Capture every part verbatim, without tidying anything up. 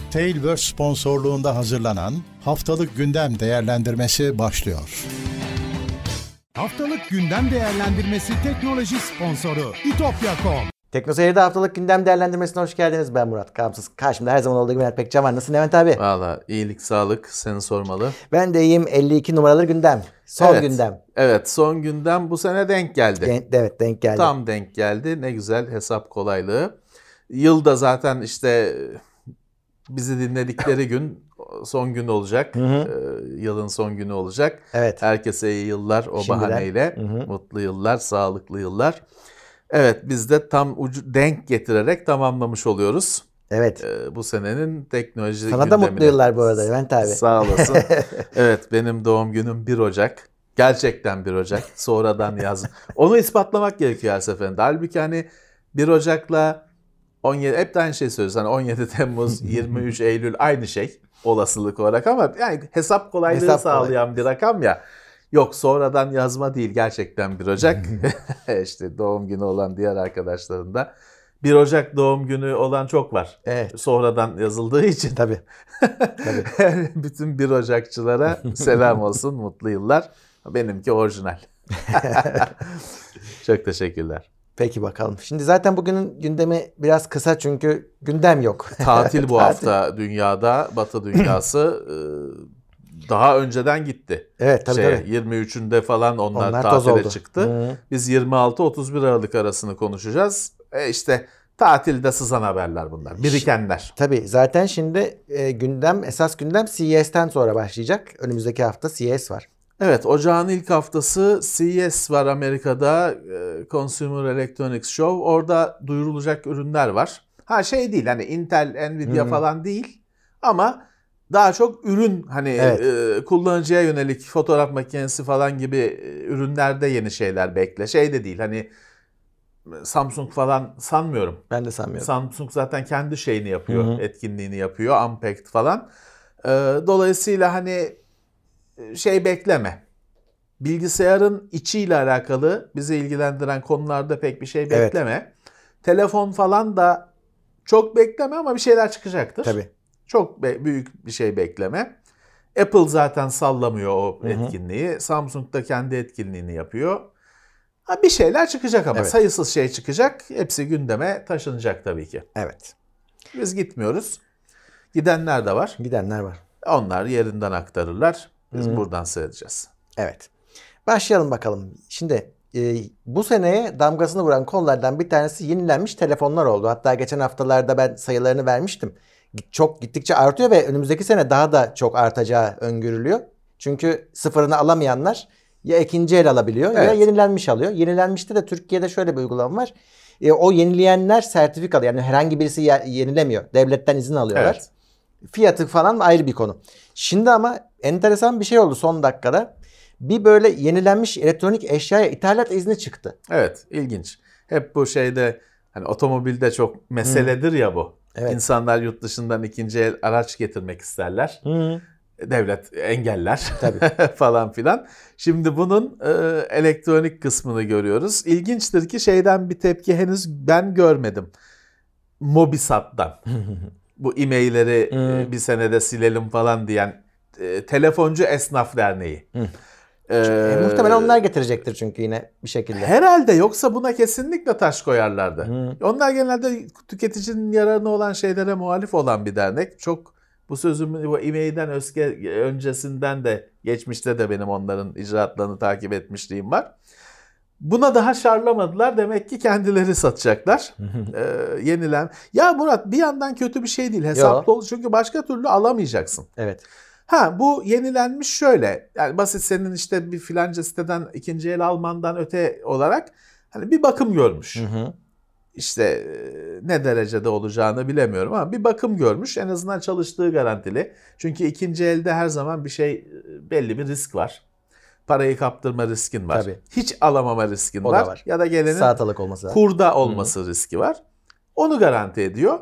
Tailverse sponsorluğunda hazırlanan Haftalık Gündem Değerlendirmesi başlıyor. Haftalık Gündem Değerlendirmesi teknoloji sponsoru itopya nokta com. Teknoseyir'de haftalık gündem değerlendirmesine hoş geldiniz. Ben Murat Kamsız. Karşımda her zaman olduğu gibi Levent Pekcan var. Nasılsın Levent abi? Valla iyilik, sağlık seni sormalı. Ben de iyiyim. elli iki numaralı gündem. Son evet, gündem. Evet, son gündem bu sene denk geldi. Denk, evet denk geldi. Tam denk geldi. Ne güzel hesap kolaylığı. Yılda zaten işte bizi dinledikleri gün son gün olacak. Hı hı. Yılın son günü olacak. Evet. Herkese iyi yıllar o Şimdiden. bahaneyle. Hı hı. Mutlu yıllar, sağlıklı yıllar. Evet, biz de tam ucu denk getirerek tamamlamış oluyoruz. Evet. Ee, bu senenin teknoloji Sana gündemine. da mutlu yıllar bu arada Levent abi. Sağ olasın. Evet, benim doğum günüm bir Ocak. Gerçekten bir Ocak. Sonradan yazdım. Onu ispatlamak gerekiyor her seferinde. Halbuki hani bir Ocak'la on yedi, hep de aynı şey söylüyoruz. Hani on yedi Temmuz, yirmi üç Eylül aynı şey olasılık olarak ama yani hesap kolaylığı Hesap sağlayan kolay. bir rakam ya. Yok, sonradan yazma değil, gerçekten bir Ocak. İşte doğum günü olan diğer arkadaşların da bir Ocak doğum günü olan çok var. Evet. Sonradan yazıldığı için. Tabii. Tabii. Bütün bir Ocakçılara selam olsun, mutlu yıllar. Benimki orijinal. Çok teşekkürler. Peki bakalım. Şimdi zaten bugünün gündemi biraz kısa çünkü gündem yok. Tatil bu hafta dünyada, Batı dünyası daha önceden gitti. Evet tabii şey, tabii. yirmi üçünde falan onlar, Onlar toz tatile oldu. çıktı. Hı. Biz yirmi altı otuz bir Aralık arasını konuşacağız. E işte tatilde sızan haberler bunlar, birikenler. Tabii zaten şimdi e, gündem, esas gündem C E S'ten sonra başlayacak. Önümüzdeki hafta C E S var. Evet, ocağın ilk haftası C E S var Amerika'da, Consumer Electronics Show. Orada duyurulacak ürünler var. Ha şey değil, hani Intel, Nvidia hmm. falan değil ama daha çok ürün, hani evet. e, kullanıcıya yönelik fotoğraf makinesi falan gibi ürünlerde yeni şeyler bekle. Şey de değil, hani Samsung falan sanmıyorum. Ben de sanmıyorum. Samsung zaten kendi şeyini yapıyor, Hı-hı. etkinliğini yapıyor, Unpacked falan. E, dolayısıyla hani şey bekleme. Bilgisayarın içiyle alakalı bizi ilgilendiren konularda pek bir şey bekleme. Evet. Telefon falan da çok bekleme ama bir şeyler çıkacaktır. Tabii. Çok be- büyük bir şey bekleme. Apple zaten sallamıyor o Hı-hı. etkinliği. Samsung da kendi etkinliğini yapıyor. Ha, bir şeyler çıkacak ama evet. sayısız şey çıkacak. Hepsi gündeme taşınacak tabii ki. Evet. Biz gitmiyoruz. Gidenler de var. Gidenler var. Onlar yerinden aktarırlar. Biz Hı-hı. buradan seyredeceğiz. Evet. Başlayalım bakalım. Şimdi e, bu seneye damgasını vuran konulardan bir tanesi yenilenmiş telefonlar oldu. Hatta geçen haftalarda ben sayılarını vermiştim. Çok gittikçe artıyor ve önümüzdeki sene daha da çok artacağı öngörülüyor. Çünkü sıfırını alamayanlar ya ikinci el alabiliyor evet. ya yenilenmiş alıyor. Yenilenmişte de Türkiye'de şöyle bir uygulama var. E, o yenileyenler sertifikalı, yani herhangi birisi yenilemiyor. Devletten izin alıyorlar. Evet. Fiyatı falan ayrı bir konu. Şimdi ama enteresan bir şey oldu son dakikada. Bir böyle yenilenmiş elektronik eşyaya ithalat izni çıktı. Evet, ilginç. Hep bu şeyde, hani otomobilde çok meseledir hmm. ya bu. Evet. İnsanlar yurt dışından ikinci el araç getirmek isterler. Hmm. Devlet engeller falan filan. Şimdi bunun e, elektronik kısmını görüyoruz. İlginçtir ki şeyden bir tepki henüz ben görmedim. Mobisat'tan. Bu e-mailleri hmm. e, bir senede silelim falan diyen e, Telefoncu Esnaf Derneği. Hmm. Ee, e, muhtemelen onlar getirecektir çünkü yine bir şekilde. Herhalde, yoksa buna kesinlikle taş koyarlardı. Hmm. Onlar genelde tüketicinin yararına olan şeylere muhalif olan bir dernek. Çok bu sözümü bu e-mailden öske, öncesinden de geçmişte de benim onların icraatlarını takip etmişliğim var. Buna daha şarlamadılar. Demek ki kendileri satacaklar. ee, yenilen. Ya Murat, bir yandan kötü bir şey değil. Hesaplı ol. Çünkü başka türlü alamayacaksın. Evet. Ha, bu yenilenmiş şöyle. Yani basit, senin işte bir filanca siteden ikinci el almandan öte olarak hani bir bakım görmüş. Hı hı. İşte ne derecede olacağını bilemiyorum ama bir bakım görmüş. En azından çalıştığı garantili. Çünkü ikinci elde her zaman bir şey, belli bir risk var. Parayı kaptırma riskin var. Tabii. Hiç alamama riskin var. Da var. Ya da gelenin salatalık olması kurda olması Hı-hı. riski var. Onu garanti ediyor.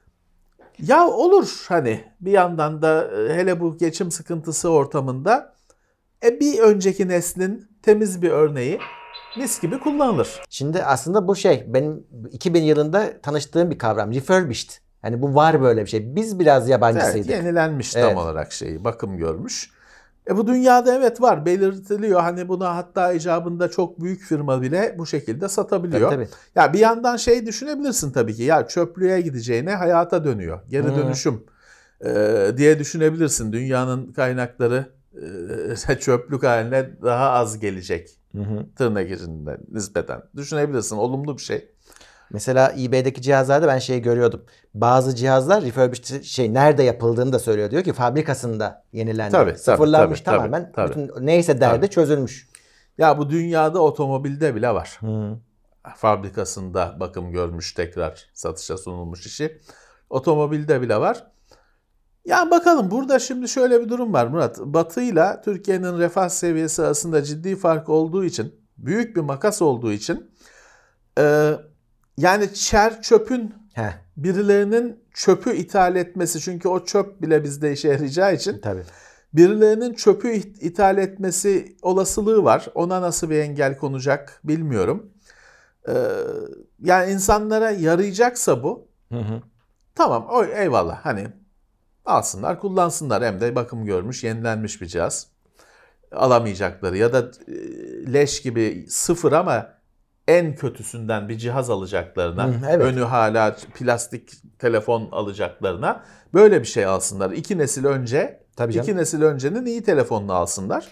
Ya olur, hani bir yandan da hele bu geçim sıkıntısı ortamında e, bir önceki neslin temiz bir örneği mis gibi kullanılır. Şimdi aslında bu şey benim iki bin yılında tanıştığım bir kavram. Refurbished. Yani bu var böyle bir şey. Biz biraz yabancısıydık. Evet, yenilenmiş tam evet. olarak şeyi, bakım görmüş. E bu dünyada evet var, belirtiliyor. Hani buna hatta icabında çok büyük firma bile bu şekilde satabiliyor. Tabii, tabii. Ya bir yandan şey düşünebilirsin tabii ki. Ya çöplüğe gideceğine hayata dönüyor. Geri hmm. dönüşüm e, diye düşünebilirsin. Dünyanın kaynakları e, çöplük haline daha az gelecek. Hı hı. Tırnak içinde nispeten. Düşünebilirsin. Olumlu bir şey. Mesela eBay'deki cihazlarda ben şeyi görüyordum. Bazı cihazlar refurbished şey nerede yapıldığını da söylüyor. Diyor ki fabrikasında yenilendi. Tabii, Sıfırlanmış tabii, tamamen. Tabii, bütün neyse derdi tabii. çözülmüş. Ya bu dünyada otomobilde bile var. Hı. Fabrikasında bakım görmüş, tekrar satışa sunulmuş işi. Otomobilde bile var. Ya bakalım, burada şimdi şöyle bir durum var Murat. Batı'yla Türkiye'nin refah seviyesi arasında ciddi fark olduğu için, büyük bir makas olduğu için e, yani çer çöpün Heh. birilerinin çöpü ithal etmesi, çünkü o çöp bile bizde işe yarayacağı için tabii. birilerinin çöpü ithal etmesi olasılığı var. Ona nasıl bir engel konacak bilmiyorum. Ee, yani insanlara yarayacaksa bu, hı hı. tamam o eyvallah, hani alsınlar kullansınlar, hem de bakım görmüş yenilenmiş bir cihaz. Alamayacakları ya da leş gibi sıfır ama en kötüsünden bir cihaz alacaklarına, Hı, evet. önü hala plastik telefon alacaklarına böyle bir şey alsınlar. İki nesil önce, Tabii iki canım. nesil öncenin iyi telefonunu alsınlar.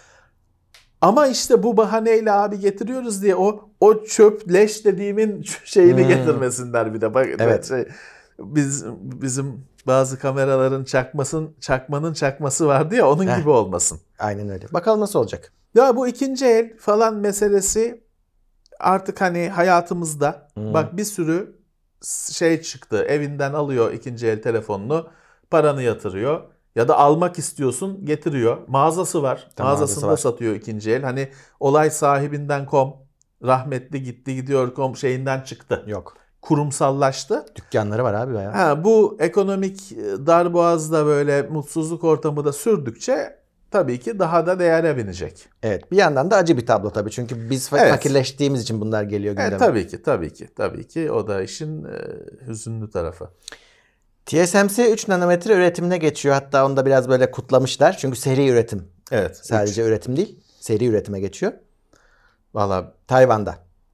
Ama işte bu bahaneyle abi getiriyoruz diye o o çöp leş dediğimin şeyini hmm. getirmesinler bir de. Bak, evet. Şey, biz bizim bazı kameraların çakmasın, çakmanın çakması vardı ya, onun Heh. gibi olmasın. Aynen öyle. Bakalım nasıl olacak. Ya bu ikinci el falan meselesi artık hani hayatımızda. Hmm. Bak bir sürü şey çıktı. Evinden alıyor ikinci el telefonunu, paranı yatırıyor. Ya da almak istiyorsun, getiriyor. Mağazası var. Tamam, mağazasında var. Satıyor ikinci el. Hani olay sahibinden nokta com, rahmetli gitti gidiyor nokta com şeyinden çıktı. Yok. Kurumsallaştı. Dükkanları var abi ya. Ha, bu ekonomik darboğazda böyle mutsuzluk ortamı da sürdükçe tabii ki daha da değere binecek. Evet, bir yandan da acı bir tablo tabii. Çünkü biz evet. fakirleştiğimiz için bunlar geliyor gündeme. Evet, tabii ki, tabii ki, tabii ki. O da işin e, hüzünlü tarafı. T S M C üç nanometre üretimine geçiyor. Hatta onu da biraz böyle kutlamışlar. Çünkü seri üretim. Evet. Sadece üç. üretim değil, seri üretime geçiyor. Vallahi Tayvan'da.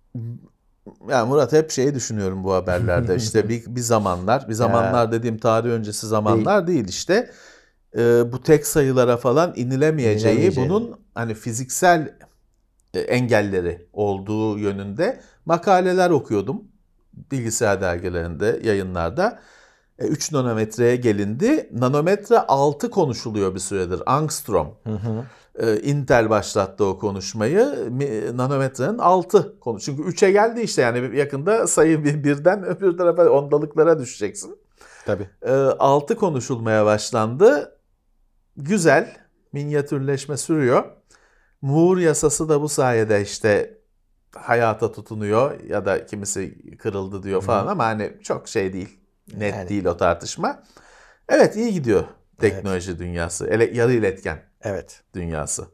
Ya Murat, hep şeyi düşünüyorum bu haberlerde. İşte bir, bir zamanlar, bir zamanlar ya. dediğim tarih öncesi zamanlar değil, değil işte. Ee, bu tek sayılara falan inilemeyeceği, inilemeyeceği, bunun hani fiziksel engelleri olduğu yönünde makaleler okuyordum. Bilgisayar dergilerinde, yayınlarda. üç nanometreye gelindi. Nanometre altı konuşuluyor bir süredir. Angstrom. Hı hı. Intel başlattı o konuşmayı. Nanometrenin altı konu. Çünkü üçe geldi işte, yani yakında sayı bir, birden öbür tarafa ondalıklara düşeceksin. Tabii. altı konuşulmaya başlandı. Güzel. Minyatürleşme sürüyor. Moore yasası da bu sayede işte hayata tutunuyor, ya da kimisi kırıldı diyor falan, hı. ama hani çok şey değil. Net yani. değil o tartışma. Evet, iyi gidiyor teknoloji evet. dünyası. Ele, yarı iletken evet. dünyası.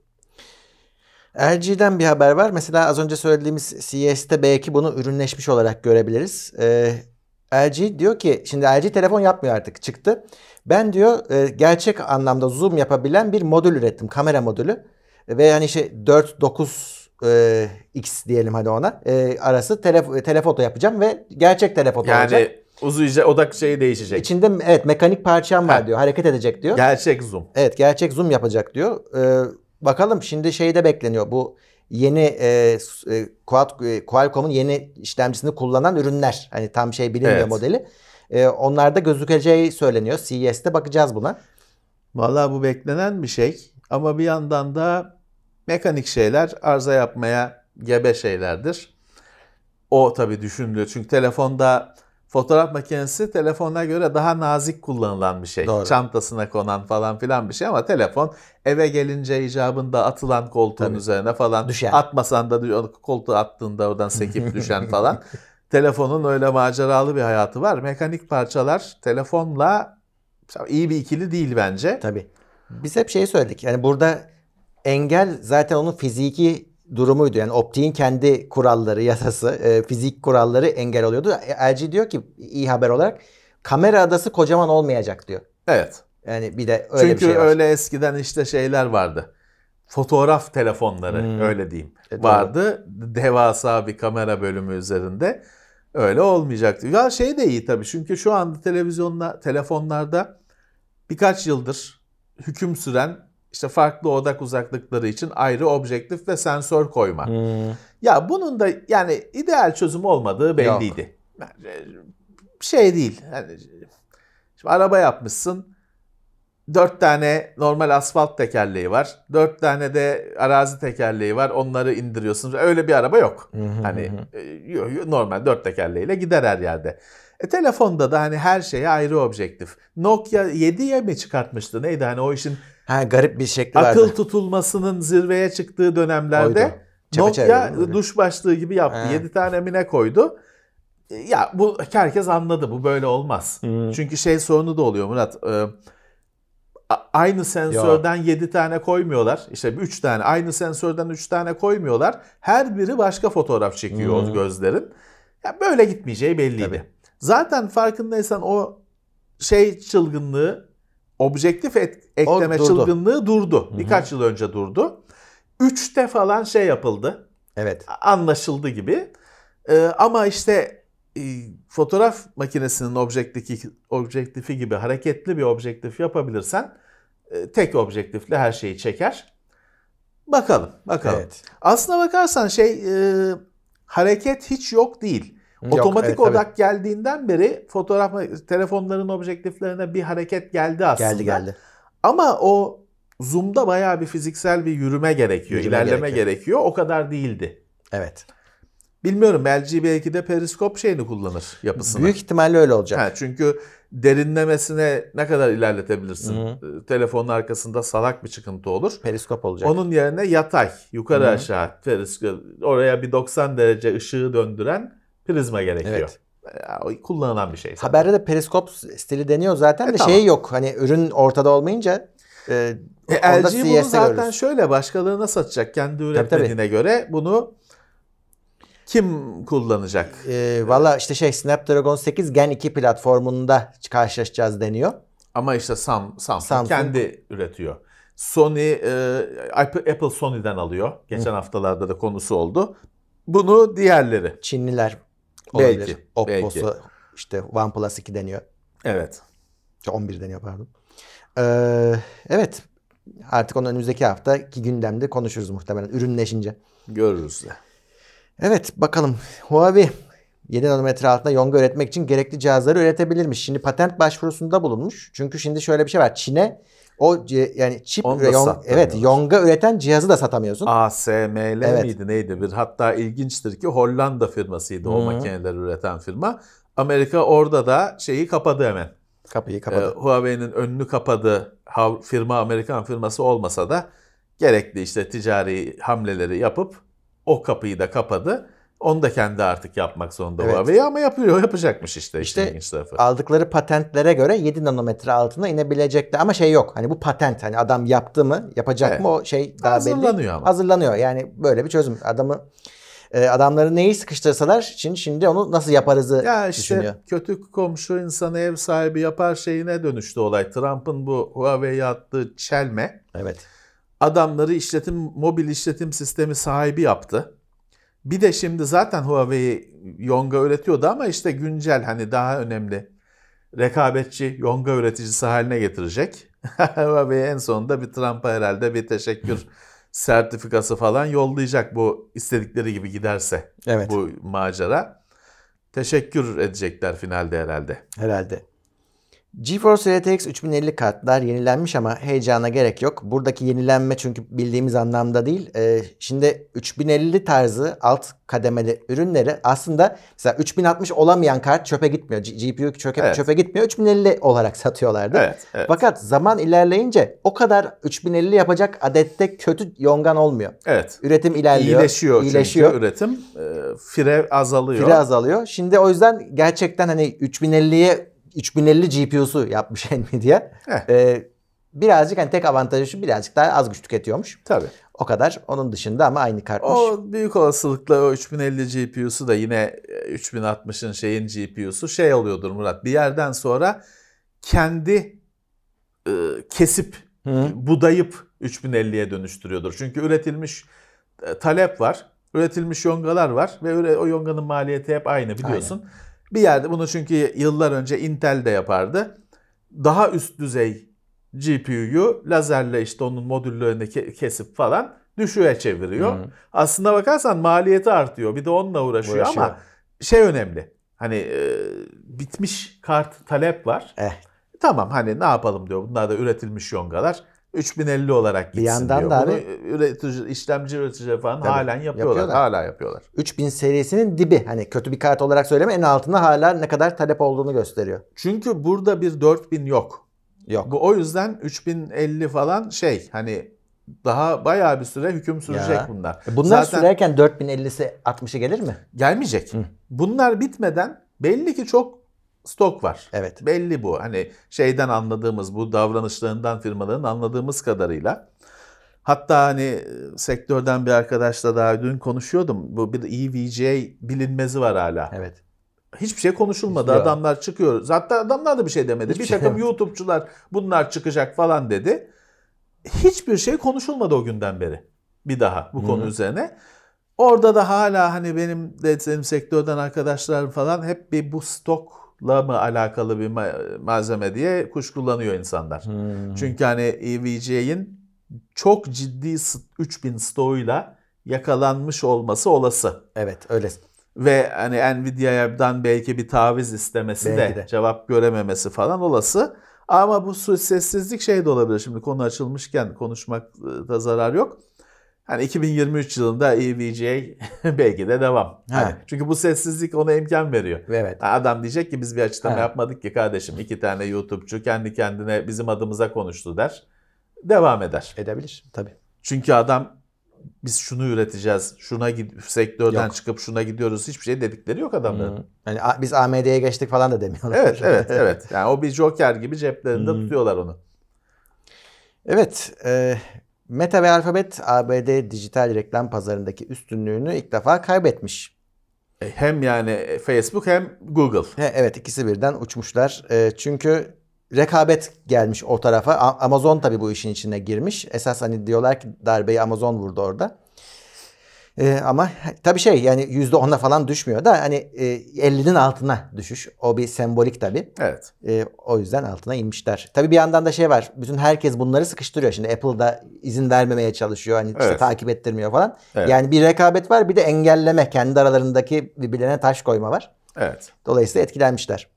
L G'den bir haber var. Mesela az önce söylediğimiz C E S'te belki bunu ürünleşmiş olarak görebiliriz. Ee, L G diyor ki, şimdi L G telefon yapmıyor artık, çıktı. Ben diyor e, gerçek anlamda zoom yapabilen bir modül ürettim. Kamera modülü. Ve hani şey dört dokuz e, X diyelim hadi ona. E, arası telef- telefoto yapacağım ve gerçek telefoto yani... olacak. Uzayacak, odak şeyi değişecek. İçinde evet mekanik parçam var ha. diyor. Hareket edecek diyor. Gerçek zoom. Evet, gerçek zoom yapacak diyor. Ee, bakalım şimdi şeyde bekleniyor. Bu yeni e, Quad, e, Qualcomm'un yeni işlemcisini kullanan ürünler. Hani tam şey bilinmiyor evet. modeli. E, onlarda gözükeceği söyleniyor. C E S'te bakacağız buna. Vallahi bu beklenen bir şey. Ama bir yandan da mekanik şeyler arıza yapmaya gebe şeylerdir. O tabii düşünülüyor. Çünkü telefonda fotoğraf makinesi telefona göre daha nazik kullanılan bir şey. Doğru. Çantasına konan falan filan bir şey, ama telefon eve gelince icabında atılan koltuğun Tabii. üzerine falan. Düşen. Atmasan da koltuğu attığında oradan sekip düşen falan. Telefonun öyle maceralı bir hayatı var. Mekanik parçalar telefonla iyi bir ikili değil bence. Tabii. Biz hep şeyi söyledik. Yani burada engel zaten onun fiziki durumuydu. Yani optiğin kendi kuralları, yasası, e, fizik kuralları engel oluyordu. L G diyor ki iyi haber olarak kamera adası kocaman olmayacak diyor. Evet. Yani bir de öyle Çünkü bir şey var. öyle eskiden işte şeyler vardı. Fotoğraf telefonları hmm. öyle diyeyim e, vardı. Devasa bir kamera bölümü üzerinde. Öyle olmayacaktı. Ya şey de iyi tabii. Çünkü şu anda televizyonla telefonlarda birkaç yıldır hüküm süren işte farklı odak uzaklıkları için ayrı objektif ve sensör koyma. Hmm. Ya bunun da yani ideal çözüm olmadığı belliydi. Yok. Şey değil. Yani şimdi araba yapmışsın. Dört tane normal asfalt tekerleği var. Dört tane de arazi tekerleği var. Onları indiriyorsun. Öyle bir araba yok. Hani normal dört tekerleğiyle gider her yerde. E, telefonda da hani her şeye ayrı objektif. Nokia yediye mi çıkartmıştı? Neydi hani o işin ha, garip bir şekli akıl vardı. tutulmasının zirveye çıktığı dönemlerde Nokia duş başlığı gibi yaptı. He. yedi tane mi ne koydu? Ya bu herkes anladı. Bu böyle olmaz. Hmm. Çünkü şey sorunu da oluyor Murat. E, Aynı sensörden Yok. yedi tane koymuyorlar. İşte üç tane. Aynı sensörden üç tane koymuyorlar. Her biri başka fotoğraf çekiyor hmm. o gözlerin. Ya böyle gitmeyeceği belliydi. Tabii. Zaten farkındaysan o şey çılgınlığı, objektif et, ekleme durdu. çılgınlığı durdu. Hı-hı. Birkaç yıl önce durdu. Üçte falan şey yapıldı. Evet. Anlaşıldı gibi. Ee, ama işte fotoğraf makinesinin objektifi, objektifi gibi hareketli bir objektif yapabilirsen tek objektifle her şeyi çeker. Bakalım, bakalım. Evet. Aslına bakarsan şey e, hareket hiç yok değil. Yok, otomatik evet, odak tabii. geldiğinden beri fotoğraf telefonların objektiflerine bir hareket geldi aslında. Geldi geldi. Ama o zoom'da bayağı bir fiziksel bir yürüme gerekiyor, yürüme ilerleme gerekiyor. gerekiyor. O kadar değildi. Evet. Bilmiyorum, L G belki de periskop şeyini kullanır, yapısını. Büyük ihtimalle öyle olacak. Ha, çünkü derinlemesine ne kadar ilerletebilirsin? Hı-hı. Telefonun arkasında salak bir çıkıntı olur. Periskop olacak. Onun yerine yatay, yukarı Hı-hı. aşağı periskop, oraya bir doksan derece ışığı döndüren prizma gerekiyor. Evet. Yani kullanılan bir şey. Zaten. Haberde de periskop stili deniyor zaten e, de tamam. şey yok. Hani ürün ortada olmayınca e, e, L G bunu zaten görürüz. Şöyle başkalarına satacak. Kendi üretmediğine tabii, tabii. göre bunu kim kullanacak? E, Valla işte şey Snapdragon sekiz Gen iki platformunda karşılaşacağız deniyor. Ama işte Sam, Samsung, Samsung kendi üretiyor. Sony, e, Apple Sony'den alıyor. Geçen Hı. haftalarda da konusu oldu. Bunu diğerleri. Çinliler olabilir. Belki. Oppo'su belki. işte OnePlus iki deniyor. Evet. on bir deniyor pardon. Ee, evet. Artık onun önümüzdeki haftaki gündemde konuşuruz muhtemelen. Ürünleşince. Görürüz de. Evet bakalım. Huawei yedi nanometre altında Yonga üretmek için gerekli cihazları üretebilirmiş. Şimdi patent başvurusunda bulunmuş. Çünkü şimdi şöyle bir şey var. Çin'e o yani çip Yonga, evet Yonga üreten cihazı da satamıyorsun. A S M L evet. miydi neydi? Bir hatta ilginçtir ki Hollanda firmasıydı o makineleri üreten firma. Amerika orada da şeyi kapadı hemen. Kapıyı kapadı. Ee, Huawei'nin önünü kapadı. Firma Amerikan firması olmasa da gerekli işte ticari hamleleri yapıp o kapıyı da kapadı. Onu da kendi artık yapmak zorunda evet. Huawei ama yapıyor, yapacakmış işte. İşte, işte aldıkları patentlere göre yedi nanometre altına inebilecekler ama şey yok. Hani bu patent hani adam yaptı mı, yapacak evet. mı o şey daha hazırlanıyor belli. Ama. Hazırlanıyor. Yani böyle bir çözüm. Adamı e, adamları neyi sıkıştırsalar şimdi şimdi onu nasıl yaparızı ya işte düşünüyor. Kötü komşu insanı ev sahibi yapar şeyine dönüştü olay. Trump'ın bu Huawei'ye attığı çelme. Evet. Adamları işletim mobil işletim sistemi sahibi yaptı. Bir de şimdi zaten Huawei Yonga üretiyordu ama işte güncel hani daha önemli rekabetçi Yonga üreticisi haline getirecek. Huawei en sonunda bir Trump'a herhalde bir teşekkür sertifikası falan yollayacak bu istedikleri gibi giderse evet. bu macera. Teşekkür edecekler finalde herhalde. Herhalde. GeForce R T X üç bin elli kartlar yenilenmiş ama heyecana gerek yok. Buradaki yenilenme çünkü bildiğimiz anlamda değil. Ee, şimdi üç bin elli tarzı alt kademeli ürünleri aslında mesela üç bin altmış olamayan kart çöpe gitmiyor. G P U çöpe, evet. çöpe gitmiyor. üç bin elli olarak satıyorlardı. Evet, evet. Fakat zaman ilerleyince o kadar üç bin elli yapacak adette kötü yongan olmuyor. Evet. Üretim ilerliyor. İyileşiyor, iyileşiyor. Çünkü üretim. E, fire azalıyor. Fire azalıyor. Şimdi o yüzden gerçekten hani üç bin elliye üç bin elli G P U'su yapmış Nvidia. Ee, birazcık hani tek avantajı şu birazcık daha az güç tüketiyormuş. Tabii. O kadar. Onun dışında ama aynı kartmış. O büyük olasılıkla o üç bin elli G P U'su da yine üç bin altmışın şeyin G P U'su şey oluyordur Murat. Bir yerden sonra kendi e, kesip Hı. budayıp üç bin elliye dönüştürüyordur. Çünkü üretilmiş e, talep var. Üretilmiş yongalar var ve o yonganın maliyeti hep aynı biliyorsun. Aynen. Bir yerde bunu çünkü yıllar önce Intel de yapardı. Daha üst düzey G P U'yu lazerle işte onun modüllerini kesip falan düşüğe çeviriyor. Hmm. Aslına bakarsan maliyeti artıyor. Bir de onunla uğraşıyor, uğraşıyor. Ama şey önemli. Hani e, bitmiş kart talep var. Eh. Tamam hani ne yapalım diyor. Bunlar da üretilmiş yongalar. üç bin elli olarak gitsin bir yandan diyor. Da abi, bunu üretici, işlemci üreticileri falan tabii, halen yapıyorlar, yapıyorlar. Hala yapıyorlar. üç bin serisinin dibi. Hani kötü bir kart olarak söyleme, en altında hala ne kadar talep olduğunu gösteriyor. Çünkü burada bir dört bin yok. Yok. Bu o yüzden üç bin elli falan şey hani daha bayağı bir süre hüküm sürecek ya. bunlar. Bunlar Zaten sürerken dört bin ellisi altmışı gelir mi? Gelmeyecek. Hı. Bunlar bitmeden belli ki çok stok var. Evet. Belli bu. Hani şeyden anladığımız, bu davranışlarından firmaların anladığımız kadarıyla. Hatta hani sektörden bir arkadaşla daha dün konuşuyordum. Bu bir E V G A bilinmezi var hala. Evet. Hiçbir şey konuşulmadı. Hiçbir adamlar yok. Çıkıyor. Zaten adamlar da bir şey demedi. Hiçbir bir takım şey YouTube'cular bunlar çıkacak falan dedi. Hiçbir şey konuşulmadı o günden beri. Bir daha bu Hı-hı. konu üzerine. Orada da hala hani benim de benim sektörden arkadaşlarım falan hep bir bu stokla mı alakalı bir malzeme diye kuşkulanıyor insanlar. Hı-hı. Çünkü hani E V G A'nin çok ciddi üç bin stoğuyla yakalanmış olması olası. Evet öyle. Ve hani Nvidia'dan belki bir taviz istemesi de, de cevap görememesi falan olası. Ama bu sessizlik şey de olabilir. Şimdi konu açılmışken konuşmakta zarar yok. Hani iki bin yirmi üç yılında E V G A belki de devam. Hani çünkü bu sessizlik ona imkan veriyor. Evet. Adam diyecek ki biz bir açıklama ha. yapmadık ki kardeşim. İki tane YouTube'cu kendi kendine bizim adımıza konuştu der. Devam eder. Edebilir tabii. Çünkü adam biz şunu üreteceğiz, şuna gid- sektörden yok. çıkıp şuna gidiyoruz, hiçbir şey dedikleri yok adamların. Hmm. Yani biz A M D'ye geçtik falan da demiyorlar. Evet, evet, evet. Yani o bir joker gibi ceplerinde hmm. tutuyorlar onu. Evet, e, Meta ve Alphabet A B D dijital reklam pazarındaki üstünlüğünü ilk defa kaybetmiş. Hem yani Facebook hem Google. He, evet, ikisi birden uçmuşlar. E, çünkü rekabet gelmiş o tarafa. Amazon tabii bu işin içine girmiş. Esas hani diyorlar ki darbeyi Amazon vurdu orada. Ee, ama tabii şey yani yüzde ona falan düşmüyor da hani e, ellinin altına düşüş. O bir sembolik tabii. Evet. E, o yüzden altına inmişler. Tabii bir yandan da şey var. Bütün herkes bunları sıkıştırıyor. Şimdi Apple da izin vermemeye çalışıyor. Hani işte evet. takip ettirmiyor falan. Evet. Yani bir rekabet var, bir de engelleme. Kendi aralarındaki birbirlerine taş koyma var. Evet. Dolayısıyla etkilenmişler.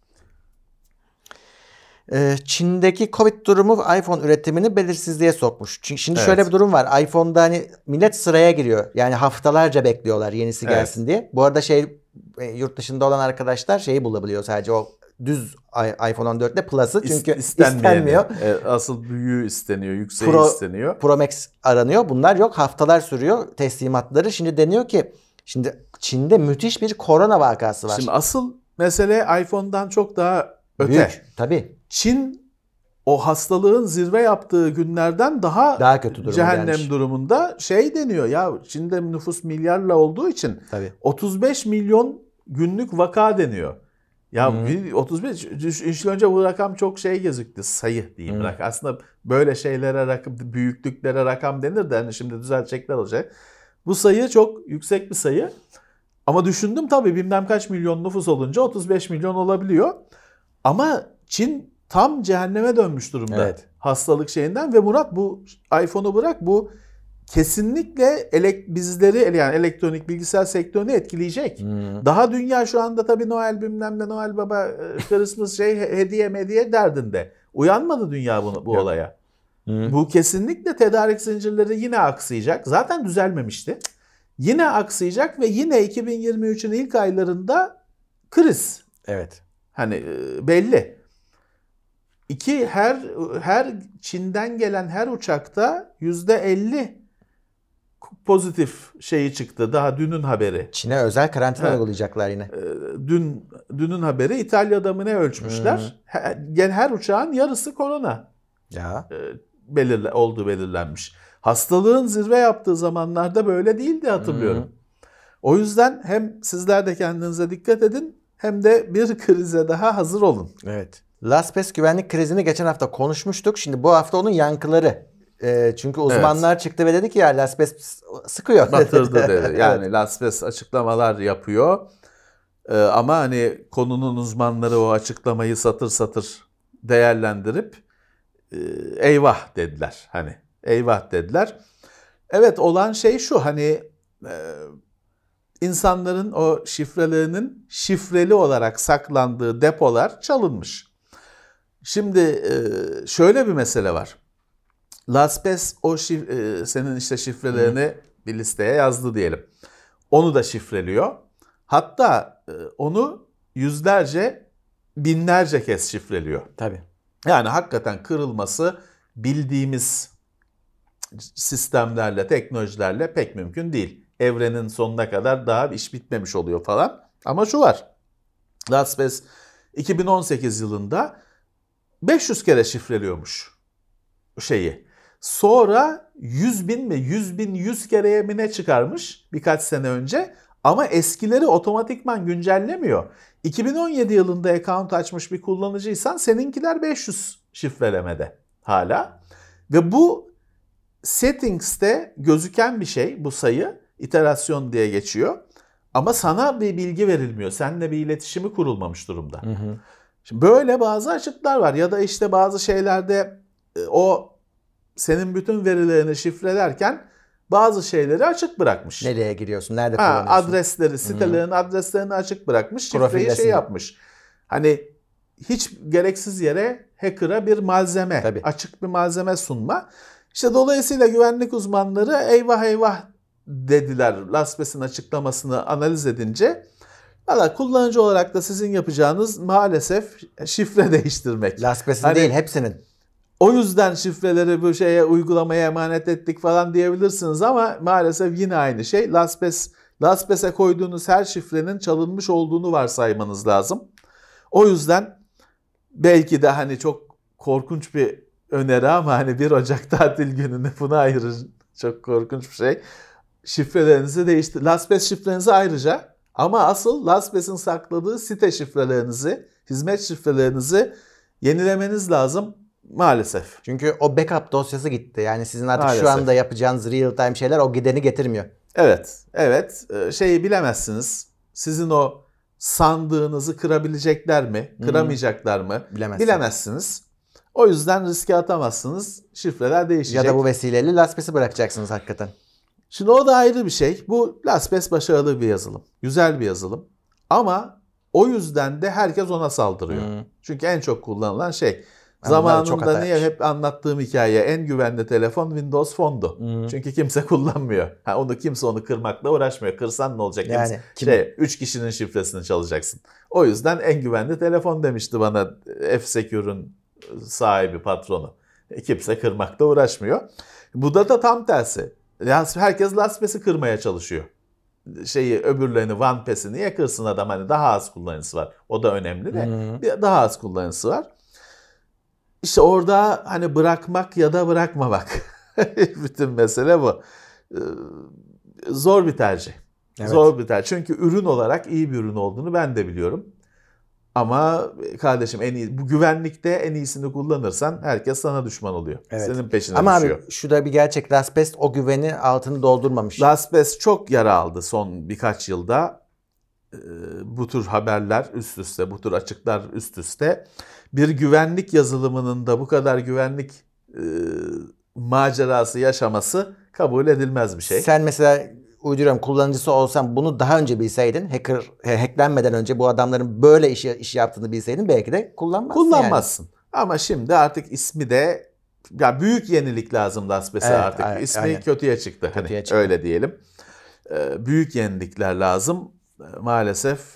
Çin'deki Covid durumu iPhone üretimini belirsizliğe sokmuş. Çünkü şimdi evet. şöyle bir durum var. iPhone'da hani millet sıraya giriyor. Yani haftalarca bekliyorlar yenisi evet. gelsin diye. Bu arada şey yurt dışında olan arkadaşlar şeyi bulabiliyor sadece o düz iPhone on dörtte Plus'ı çünkü istenmiyor. Asıl büyüğü isteniyor, yükseği Pro, isteniyor. Pro Max aranıyor. Bunlar yok. Haftalar sürüyor teslimatları. Şimdi deniyor ki şimdi Çin'de müthiş bir korona vakası var. Şimdi asıl mesele iPhone'dan çok daha öte. Büyük, tabii. Çin o hastalığın zirve yaptığı günlerden daha, daha kötü durum cehennem gelmiş. durumunda şey deniyor ya Çin'de nüfus milyarla olduğu için tabii. otuz beş milyon günlük vaka deniyor. Ya hmm. otuz beş üç yıl önce bu rakam çok şey gözüktü, sayı diyeyim hmm. rakam. Aslında böyle şeylere rakam, büyüklüklere rakam denir de hani şimdi düzeltecekler olacak. Bu sayı çok yüksek bir sayı. Ama düşündüm tabii bilmem kaç milyon nüfus olunca otuz beş milyon olabiliyor. Ama Çin tam cehenneme dönmüş durumda evet. hastalık şeyinden ve Murat bu iPhone'u bırak bu kesinlikle elek, bizleri yani elektronik bilgisayar sektörünü etkileyecek. Hmm. Daha dünya şu anda tabii Noel bilmem ne Noel Baba Christmas şey hediye mediye derdinde. Uyanmadı dünya bunu, bu Yok. olaya. Hmm. Bu kesinlikle tedarik zincirleri yine aksayacak. Zaten düzelmemişti. Yine aksayacak ve yine iki bin yirmi üçün ilk aylarında kriz. Evet. Hani belli. İki, her her Çin'den gelen her uçakta yüzde elli pozitif şeyi çıktı. Daha dünün haberi. Çin'e özel karantina evet. uygulayacaklar yine. Dün dünün haberi İtalya'da mı ne ölçmüşler? Hmm. Her, her uçağın yarısı korona. Ya. Belirle, olduğu belirlenmiş. Hastalığın zirve yaptığı zamanlarda böyle değildi, hatırlıyorum. Hı-hı. O yüzden hem sizler de kendinize dikkat edin hem de bir krize daha hazır olun. Evet. LastPass güvenlik krizini geçen hafta konuşmuştuk. Şimdi bu hafta onun yankıları. E, çünkü uzmanlar evet. çıktı ve dedi ki ya LastPass sıkıyor. Batırdı dedi. Yani evet. LastPass açıklamalar yapıyor. Ee, ama hani konunun uzmanları o açıklamayı satır satır değerlendirip e, eyvah dediler. Hani eyvah dediler. Evet, olan şey şu, hani e, insanların o şifrelerinin şifreli olarak saklandığı depolar çalınmış. Şimdi e, şöyle bir mesele var. LastPass o şif, e, senin işte şifrelerini Hı. bir listeye yazdı diyelim. Onu da şifreliyor. Hatta e, onu yüzlerce, binlerce kez şifreliyor. Tabii. Yani hakikaten kırılması bildiğimiz sistemlerle, teknolojilerle pek mümkün değil. Evrenin sonuna kadar daha iş bitmemiş oluyor falan. Ama şu var. LastPass iki bin on sekiz yılında beş yüz kere şifreliyormuş şeyi. Sonra yüz bin mi, yüz bin yüz kereye mi ne çıkarmış birkaç sene önce. Ama eskileri otomatikman güncellemiyor. iki bin on yedi yılında account açmış bir kullanıcıysan seninkiler beş yüz şifrelemede hala. Ve bu settings'te gözüken bir şey, bu sayı iterasyon diye geçiyor. Ama sana bir bilgi verilmiyor. Seninle bir iletişimi kurulmamış durumda. Hı hı. Şimdi böyle bazı açıklar var. Ya da işte bazı şeylerde o senin bütün verilerini şifrelerken bazı şeyleri açık bırakmış. Nereye giriyorsun? Nerede ha, kullanıyorsun? Adresleri, sitelerin hmm. adreslerini açık bırakmış. Şifreyi şey yapmış. Hani hiç gereksiz yere hacker'a bir malzeme, Tabii. açık bir malzeme sunma. İşte dolayısıyla güvenlik uzmanları eyvah eyvah dediler LastPass'in açıklamasını analiz edince. Valla kullanıcı olarak da sizin yapacağınız maalesef şifre değiştirmek. LastPass'in hani, değil, hepsinin. O yüzden şifreleri bu şeye, uygulamaya emanet ettik falan diyebilirsiniz ama maalesef yine aynı şey. LastPass, LastPass'e koyduğunuz her şifrenin çalınmış olduğunu varsaymanız lazım. O yüzden belki de hani çok korkunç bir öneri ama hani bir Ocak tatil gününü buna ayırın. Çok korkunç bir şey. Şifrelerinizi değiştir. LastPass şifrenizi ayrıca ama asıl LastPass'in sakladığı site şifrelerinizi, hizmet şifrelerinizi yenilemeniz lazım. Maalesef. Çünkü o backup dosyası gitti. Yani sizin artık Maalesef. Şu anda yapacağınız real time şeyler o gideni getirmiyor. Evet. Evet. Şeyi bilemezsiniz. Sizin o sandığınızı kırabilecekler mi? Kıramayacaklar mı? Bilemezsiniz. Bilemezsiniz. O yüzden riske atamazsınız. Şifreler değişecek. Ya da bu vesileyle LastPass'i bırakacaksınız hakikaten. Şimdi o da ayrı bir şey. Bu LastPass başarılı bir yazılım. Güzel bir yazılım. Ama o yüzden de herkes ona saldırıyor. Hmm. Çünkü en çok kullanılan şey. Zamanında niye hep anlattığım hikaye, en güvenli telefon Windows Phone'du. Hmm. Çünkü kimse kullanmıyor. Ha, onu kimse onu kırmakla uğraşmıyor. Kırsan ne olacak? Yani, şey, üç kişinin şifresini çalacaksın. O yüzden en güvenli telefon demişti bana F-Secure'un sahibi, patronu. E, kimse kırmakla uğraşmıyor. Bu da da tam tersi. Herkes LastPass'i kırmaya çalışıyor. Şeyi, öbürlerini, OnePass'i niye kırsın adam? Hani daha az kullanıcısı var. O da önemli de. Hmm. Daha az kullanıcısı var. İşte orada hani bırakmak ya da bırakmamak. Bütün mesele bu. Zor bir tercih. Evet. Zor bir tercih. Çünkü ürün olarak iyi bir ürün olduğunu ben de biliyorum. Ama kardeşim en iyi, bu güvenlikte en iyisini kullanırsan herkes sana düşman oluyor. Evet. Senin peşine Ama düşüyor. Ama abi şu da bir gerçek. LastPass o güveni altını doldurmamış. LastPass çok yara aldı son birkaç yılda. Bu tür haberler üst üste, bu tür açıklar üst üste. Bir güvenlik yazılımının da bu kadar güvenlik e, macerası yaşaması kabul edilmez bir şey. Sen mesela uyduruyorum kullanıcısı olsan bunu daha önce bilseydin, hacker hacklenmeden önce bu adamların böyle iş, iş yaptığını bilseydin belki de kullanmazsın. Kullanmazsın. Yani. Ama şimdi artık ismi de ya büyük yenilik lazım LastPass'e evet, artık. Aynen, İsmi aynen. kötüye çıktı. Kötüye hani çıktı. Öyle diyelim. E, büyük yenilikler lazım. Maalesef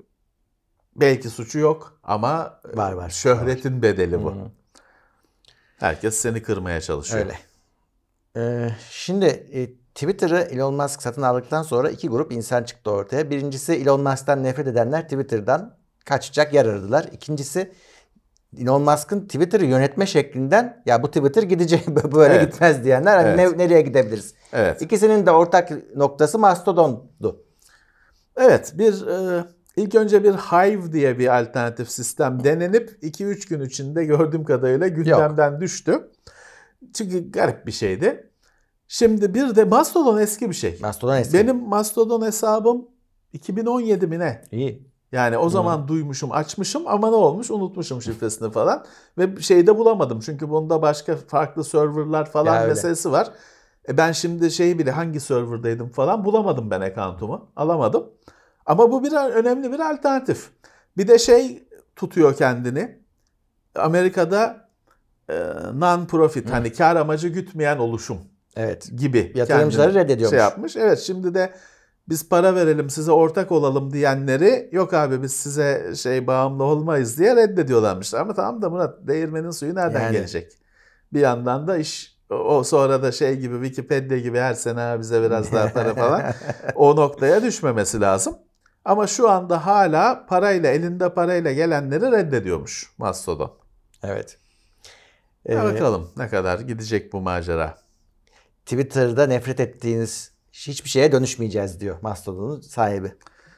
belki suçu yok ama var, var, şöhretin var. bedeli bu. Hmm. Herkes seni kırmaya çalışıyor. Öyle. Ee, şimdi e, Twitter'ı Elon Musk satın aldıktan sonra iki grup insan çıktı ortaya. Birincisi Elon Musk'tan nefret edenler Twitter'dan kaçacak yer aradılar. İkincisi Elon Musk'ın Twitter'ı yönetme şeklinden ya bu Twitter gidecek böyle Evet. gitmez diyenler hani Evet. ne, nereye gidebiliriz? Evet. İkisinin de ortak noktası Mastodon'du. Evet, bir e, ilk önce bir Hive diye bir alternatif sistem denenip iki üç gün içinde gördüğüm kadarıyla gündemden Yok. düştü. Çünkü garip bir şeydi. Şimdi bir de Mastodon eski bir şey. Mastodon eski. Benim Mastodon hesabım iki bin on yedi mi ne? İyi. Yani o zaman hmm. duymuşum, açmışım ama ne olmuş? Unutmuşum şifresini falan. Ve şeyde bulamadım. Çünkü bunda başka farklı serverlar falan meselesi var. E ben şimdi şeyi bile hangi serverdaydım falan bulamadım ben account'umu. Alamadım. Ama bu bir önemli bir alternatif. Bir de şey tutuyor kendini. Amerika'da e, non-profit hmm. hani kar amacı gütmeyen oluşum. Evet. Gibi. Yatırımcıları reddediyormuş. Şey yapmış. Evet, şimdi de biz para verelim size ortak olalım diyenleri yok abi biz size şey bağımlı olmayız diye reddediyorlarmış. Ama tamam da Murat değirmenin suyu nereden yani. gelecek? Bir yandan da iş o sonra da şey gibi Wikipedia gibi her sene bize biraz daha para falan o noktaya düşmemesi lazım. Ama şu anda hala parayla elinde parayla gelenleri reddediyormuş Mastodon. Evet. Ee, bakalım ne kadar gidecek bu macera. Twitter'da nefret ettiğiniz hiçbir şeye dönüşmeyeceğiz diyor Mastodon'un sahibi.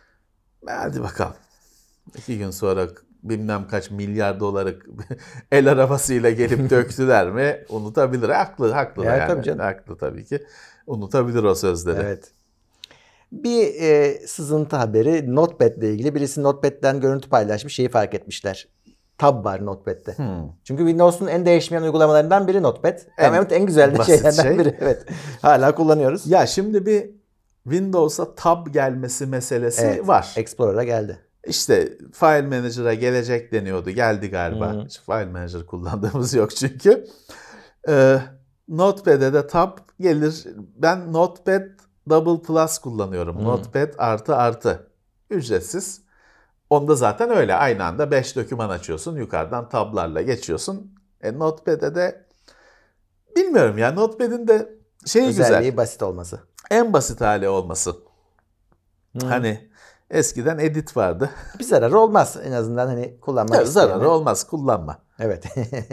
Hadi bakalım. İki gün sonra bilmem kaç milyar doları el arabasıyla gelip döktüler mi unutabilir. Haklı, haklı yani. yani. Tabii canım. Haklı tabii ki. Unutabilir o sözleri. Evet. Bir e, sızıntı haberi Notepad ile ilgili. Birisi Notepad'den görüntü paylaşmış. Şeyi fark etmişler. Tab var Notepad'de. Hmm. Çünkü Windows'un en değişmeyen uygulamalarından biri Notepad. En, evet, en güzel şeylerden şey. biri. Evet. Hala kullanıyoruz. Ya şimdi bir Windows'a tab gelmesi meselesi evet, var. Explorer'a geldi. İşte File Manager'a gelecek deniyordu. Geldi galiba. Hmm. Hiç File Manager kullandığımız yok çünkü. Ee, Notepad'e de tab gelir. Ben Notepad Double Plus kullanıyorum. Hmm. Notepad artı artı. Ücretsiz. Onda zaten öyle. Aynı anda beş doküman açıyorsun. Yukarıdan tablarla geçiyorsun. E, Notepad'e de bilmiyorum ya. Notepad'in de şeyi güzel. Özelliği basit olması. En basit hali olması. Hmm. Hani eskiden edit vardı. Bir zararı olmaz. En azından hani kullanmak evet, zararı olmaz. Kullanma. Evet.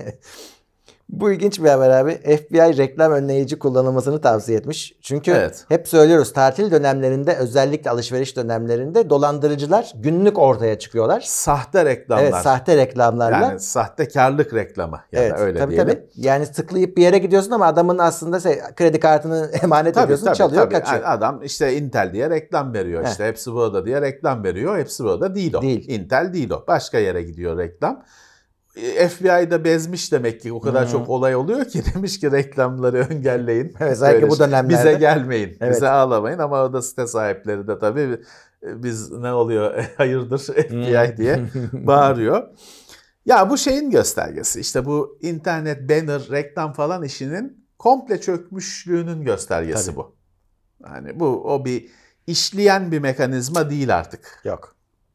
Bu ilginç bir haber abi. F B I reklam önleyici kullanılmasını tavsiye etmiş. Çünkü evet. hep söylüyoruz tatil dönemlerinde özellikle alışveriş dönemlerinde dolandırıcılar günlük ortaya çıkıyorlar. Sahte reklamlar. Evet, sahte reklamlarla. Yani sahtekarlık reklamı. Yani evet, öyle tabii, diyelim. tabii. Yani tıklayıp bir yere gidiyorsun ama adamın aslında şey, kredi kartını emanet tabii, ediyorsun, tabii, çalıyor, tabii. kaçıyor. Yani adam işte Intel diye reklam veriyor. Heh. İşte hepsi burada diye reklam veriyor. Hepsi burada değil o. Değil. Intel değil o. Başka yere gidiyor reklam. F B I'da bezmiş demek ki o kadar hmm. çok olay oluyor ki demiş ki reklamları engelleyin. Evet, sanki bu dönemlerde. Bize gelmeyin, evet. bize ağlamayın ama o da site sahipleri de tabii biz ne oluyor hayırdır F B I diye bağırıyor. Ya bu şeyin göstergesi işte bu internet banner reklam falan işinin komple çökmüşlüğünün göstergesi tabii. bu. Yani bu o bir işleyen bir mekanizma değil artık. Yok.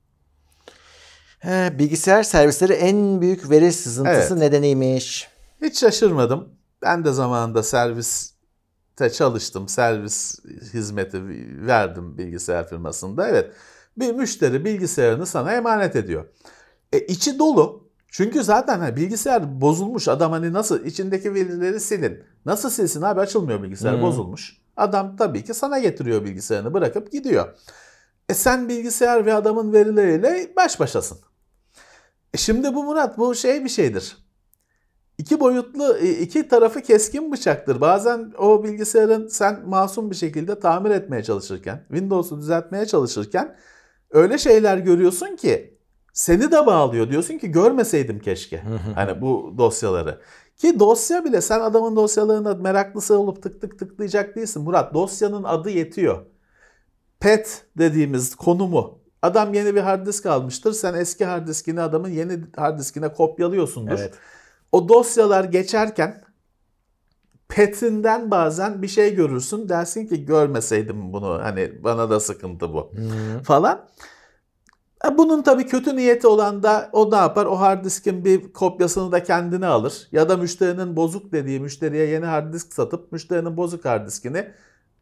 He, bilgisayar servisleri en büyük veri sızıntısı evet. nedeniymiş. Hiç şaşırmadım. Ben de zamanında serviste çalıştım. Servis hizmeti verdim bilgisayar firmasında. Evet. Bir müşteri bilgisayarını sana emanet ediyor. E, içi dolu. Çünkü zaten hani bilgisayar bozulmuş. Adam hani nasıl içindeki verileri silin. Nasıl silsin abi açılmıyor bilgisayar hmm. bozulmuş. Adam tabii ki sana getiriyor bilgisayarını bırakıp gidiyor. E sen bilgisayar ve adamın verileriyle baş başasın. E şimdi bu Murat bu şey bir şeydir. İki boyutlu, iki tarafı keskin bıçaktır. Bazen o bilgisayarın sen masum bir şekilde tamir etmeye çalışırken, Windows'u düzeltmeye çalışırken öyle şeyler görüyorsun ki seni de bağlıyor. Diyorsun ki görmeseydim keşke hani bu dosyaları. Ki dosya bile sen adamın dosyalarına meraklısı olup tık tık tıklayacak değilsin. Murat dosyanın adı yetiyor. Path dediğimiz konumu. Adam yeni bir hard disk almıştır. Sen eski hard diskini adamın yeni hard diskine kopyalıyorsundur. Evet. O dosyalar geçerken path'inden bazen bir şey görürsün. Dersin ki görmeseydim bunu. Hani bana da sıkıntı bu. Hmm. Falan. Bunun tabii kötü niyeti olan da o ne yapar? O hard diskin bir kopyasını da kendine alır. Ya da müşterinin bozuk dediği müşteriye yeni hard disk satıp müşterinin bozuk hard diskini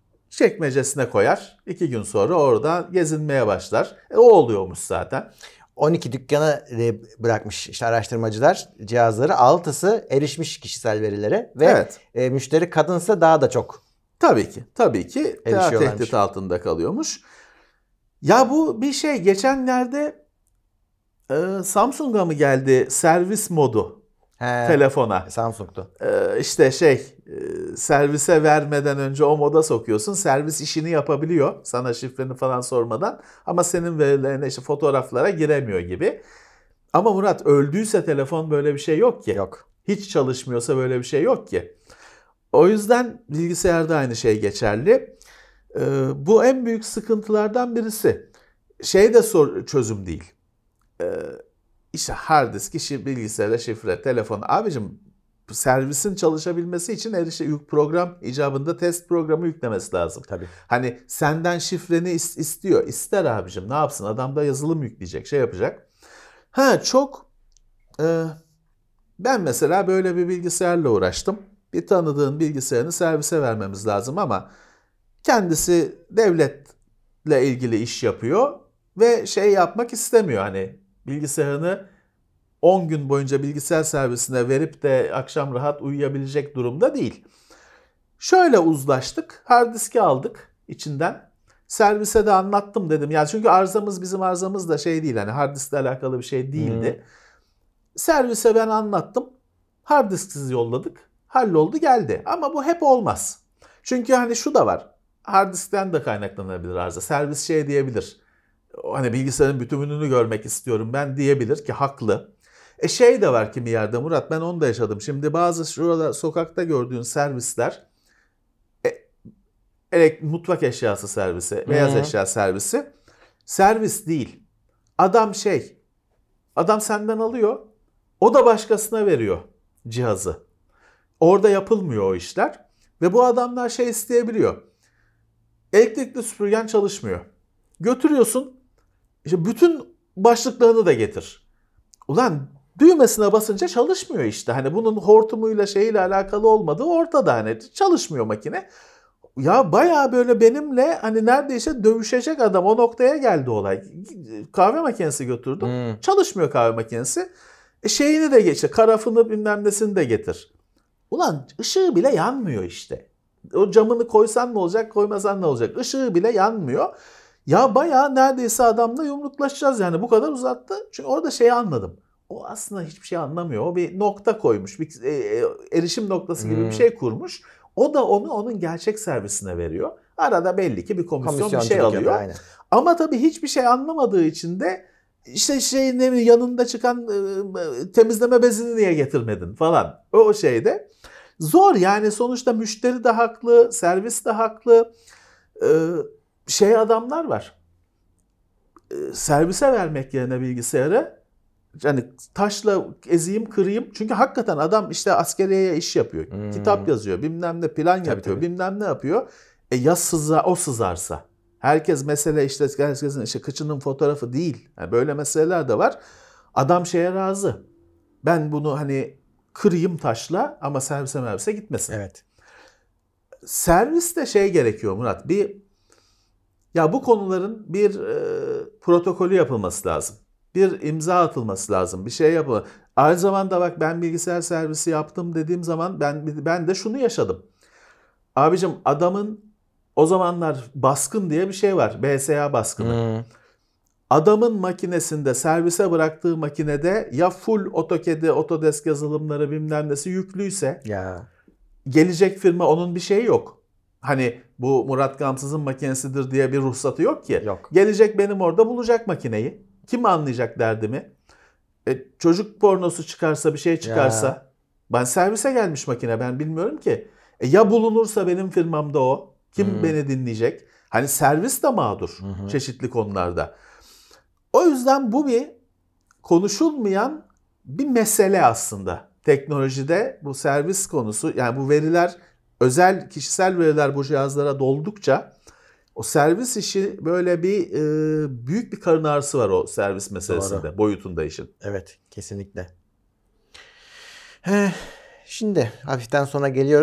çekmecesine koyar. İki gün sonra orada gezinmeye başlar. E, o oluyormuş zaten. on iki dükkana bırakmış işte araştırmacılar cihazları. altısı erişmiş kişisel verilere ve evet. e, müşteri kadınsa daha da çok. Tabii ki. Tabii ki tehdit altında kalıyormuş. Ya bu bir şey geçenlerde e, Samsung'a mı geldi servis modu? He, telefona. Samsung'tu. Ee, işte şey e, servise vermeden önce o moda sokuyorsun. Servis işini yapabiliyor. Sana şifreni falan sormadan. Ama senin verilerine işte fotoğraflara giremiyor gibi. Ama Murat öldüyse telefon böyle bir şey yok ki. Yok. Hiç çalışmıyorsa böyle bir şey yok ki. O yüzden bilgisayarda aynı şey geçerli. Ee, bu en büyük sıkıntılardan birisi. Şey de sor, çözüm değil. Ee, İşte hard disk, işi, bilgisayara şifre, telefon. Abicim servisin çalışabilmesi için erişim program icabında test programı yüklemesi lazım. Tabii. Hani senden şifreni istiyor. İster abicim, ne yapsın? Adam da yazılım yükleyecek, şey yapacak. Ha çok e, ben mesela böyle bir bilgisayarla uğraştım. Bir tanıdığın bilgisayarını servise vermemiz lazım ama kendisi devletle ilgili iş yapıyor ve şey yapmak istemiyor, hani bilgisayarını on gün boyunca bilgisayar servisine verip de akşam rahat uyuyabilecek durumda değil. Şöyle uzlaştık. Hard diski aldık içinden. Servise de anlattım dedim. Yani çünkü arızamız bizim arızamız da şey değil. Hani hard diskle alakalı bir şey değildi. Hmm. Servise ben anlattım. Hard disksiz yolladık. Halloldu geldi. Ama bu hep olmaz. Çünkü hani şu da var. Hard diskten de kaynaklanabilir arıza. Servis şey diyebilir. Hani bilgisayarın bütününü görmek istiyorum ben diyebilir ki haklı. E şey de var kimi yerde Murat, ben onu da yaşadım. Şimdi bazı şurada sokakta gördüğün servisler e, elek, mutfak eşyası servisi, beyaz Hı-hı. eşya servisi servis değil. Adam şey adam senden alıyor, o da başkasına veriyor cihazı. Orada yapılmıyor o işler ve bu adamlar şey isteyebiliyor. Elektrikli süpürgen çalışmıyor. Götürüyorsun, işte bütün başlıklarını da getir. Ulan düğmesine basınca çalışmıyor işte. Hani bunun hortumuyla şeyiyle alakalı olmadığı ortada, hani çalışmıyor makine. Ya bayağı böyle benimle hani neredeyse dövüşecek adam, o noktaya geldi olay. Kahve makinesi götürdüm. Hmm. Çalışmıyor kahve makinesi. E şeyini de geç, karafını bilmem nesini de getir. Ulan ışığı bile yanmıyor işte. O camını koysan ne olacak, koymasan ne olacak? Işığı bile yanmıyor. Ya bayağı neredeyse adamla yumruklaşacağız yani, bu kadar uzattı. Çünkü orada şeyi anladım. O aslında hiçbir şey anlamıyor. O bir nokta koymuş, bir erişim noktası gibi hmm. bir şey kurmuş. O da onu onun gerçek servisine veriyor. Arada belli ki bir komisyon, komisyon bir şey alıyor. Yapıyor, ama tabii hiçbir şey anlamadığı için de işte şeyin yanında çıkan temizleme bezini niye getirmedin falan. O şeyde zor yani, sonuçta müşteri de haklı, servis de haklı. Ee, şey adamlar var. Ee, servise vermek yerine bilgisayarı, yani taşla ezeyim kırayım. Çünkü hakikaten adam işte askeriyeye iş yapıyor. Hmm. Kitap yazıyor, bilmem ne plan tabii, yapıyor, tabii. bilmem ne yapıyor. E ya sıza, o sızarsa. Herkes mesele işte herkesin işte kıçının fotoğrafı değil. Yani böyle meseleler de var. Adam şeye razı. Ben bunu hani kırayım taşla ama servise servise gitmesin. Evet. Serviste şey gerekiyor Murat. Bir ya bu konuların bir e, protokolü yapılması lazım. Bir imza atılması lazım. Bir şey yapılması. Aynı zamanda bak, ben bilgisayar servisi yaptım dediğim zaman ben ben de şunu yaşadım. Abicim adamın o zamanlar baskın diye bir şey var. B S A baskını. Hmm. Adamın makinesinde, servise bıraktığı makinede ya full AutoCAD'i, Autodesk yazılımları bilmem nesi yüklüyse ya. Gelecek firma onun bir şeyi yok. Hani bu Murat Gamsız'ın makinesidir diye bir ruhsatı yok ki. Yok. Gelecek benim orada bulacak makineyi. Kim anlayacak derdimi? E, çocuk pornosu çıkarsa, bir şey çıkarsa. Ya. Ben servise gelmiş makine, ben bilmiyorum ki. E, ya bulunursa benim firmamda o. Kim hmm. beni dinleyecek? Hani servis de mağdur hmm. çeşitli konularda. O yüzden bu bir konuşulmayan bir mesele aslında. Teknolojide bu servis konusu, yani bu veriler, özel kişisel veriler bu cihazlara doldukça o servis işi böyle bir e, büyük bir karın ağrısı var o servis meselesinde. Doğru. Boyutunda işin. Evet, kesinlikle. Heh, şimdi hafiften sona geliyoruz.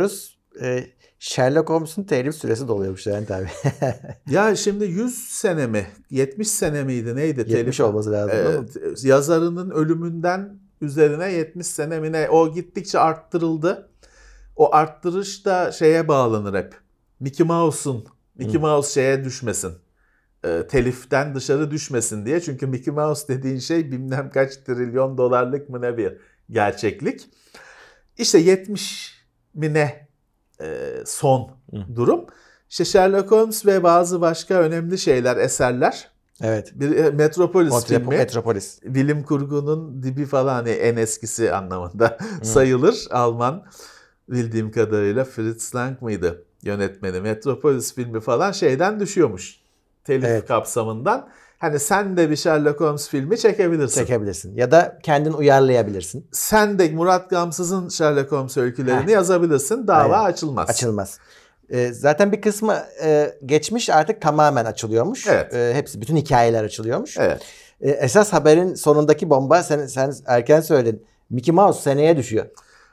e, Sherlock Holmes'un telif süresi doluyormuş yani tabii. Ya şimdi yüz sene mi? yetmiş sene miydi? Neydi? yetmiş telif olması lazım. Evet, yazarının ölümünden üzerine yetmiş sene mi ne? O gittikçe arttırıldı. O arttırış da şeye bağlanır hep. Mickey Mouse'un, Mickey hmm. Mouse şeye düşmesin. E, teliften dışarı düşmesin diye. Çünkü Mickey Mouse dediğin şey bilmem kaç trilyon dolarlık mı ne bir gerçeklik. İşte yetmiş mi ne e, son hmm. durum. İşte Sherlock Holmes ve bazı başka önemli şeyler, eserler. Evet. Bir Metropolis Metrop- filmi. Metropolis. Bilim kurgunun dibi falan, hani en eskisi anlamında hmm. sayılır. Alman, bildiğim kadarıyla Fritz Lang mıydı yönetmeni? Metropolis filmi falan şeyden düşüyormuş. Telif evet. kapsamından. Hani sen de bir Sherlock Holmes filmi çekebilirsin. Çekebilirsin. Ya da kendin uyarlayabilirsin. Sen de Murat Gamsız'ın Sherlock Holmes öykülerini Heh. yazabilirsin. Dava Aynen. açılmaz. Açılmaz. Ee, zaten bir kısmı e, geçmiş, artık tamamen açılıyormuş. Evet. Ee, hepsi, bütün hikayeler açılıyormuş. Evet. Ee, esas haberin sonundaki bomba, sen, sen erken söyledin. Mickey Mouse seneye düşüyor.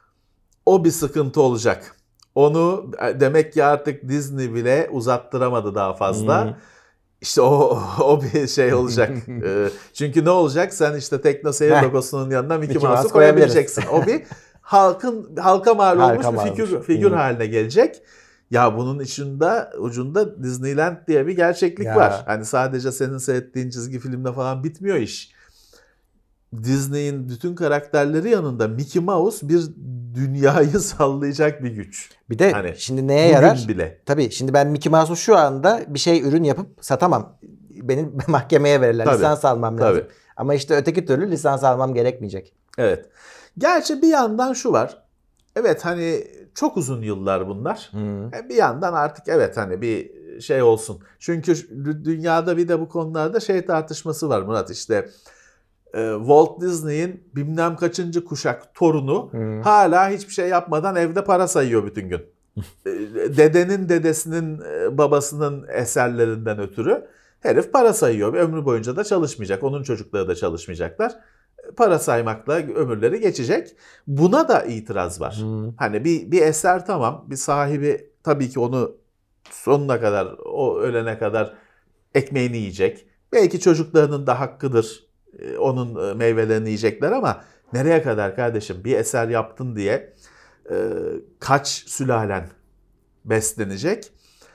O bir sıkıntı olacak. Onu demek ki artık Disney bile uzattıramadı daha fazla. Hmm. İşte o o bir şey olacak. Çünkü ne olacak? Sen işte TeknoSeyir logosunun yanına Mickey, Mickey Mouse'u koyabileceksin. O bir halkın halka mal olmuş halka bir figür figür hmm. haline gelecek. Ya bunun içinde ucunda Disneyland diye bir gerçeklik ya. var. Hani sadece senin seyrettiğin çizgi filmle falan bitmiyor iş. Disney'in bütün karakterleri yanında Mickey Mouse bir dünyayı sallayacak bir güç. Bir de hani şimdi neye yarar? Bile. Tabii şimdi ben Mickey Mouse'u şu anda bir şey ürün yapıp satamam. Beni mahkemeye verirler. Tabii. Lisans almam lazım. Tabii. Ama işte öteki türlü lisans almam gerekmeyecek. Evet. Gerçi bir yandan şu var. Evet, hani çok uzun yıllar bunlar. Hmm. Bir yandan artık evet hani bir şey olsun. Çünkü dünyada bir de bu konularda şey tartışması var Murat, işte Walt Disney'in bilmem kaçıncı kuşak torunu hmm. hala hiçbir şey yapmadan evde para sayıyor bütün gün. Dedenin dedesinin babasının eserlerinden ötürü herif para sayıyor. Ömrü boyunca da çalışmayacak. Onun çocukları da çalışmayacaklar. Para saymakla ömürleri geçecek. Buna da itiraz var. Hmm. Hani bir bir eser tamam, bir sahibi tabii ki onu sonuna kadar, o ölene kadar ekmeğini yiyecek. Belki çocuklarının da hakkıdır. Onun meyvelerini yiyecekler ama nereye kadar kardeşim? Bir eser yaptın diye e, kaç sülalen beslenecek?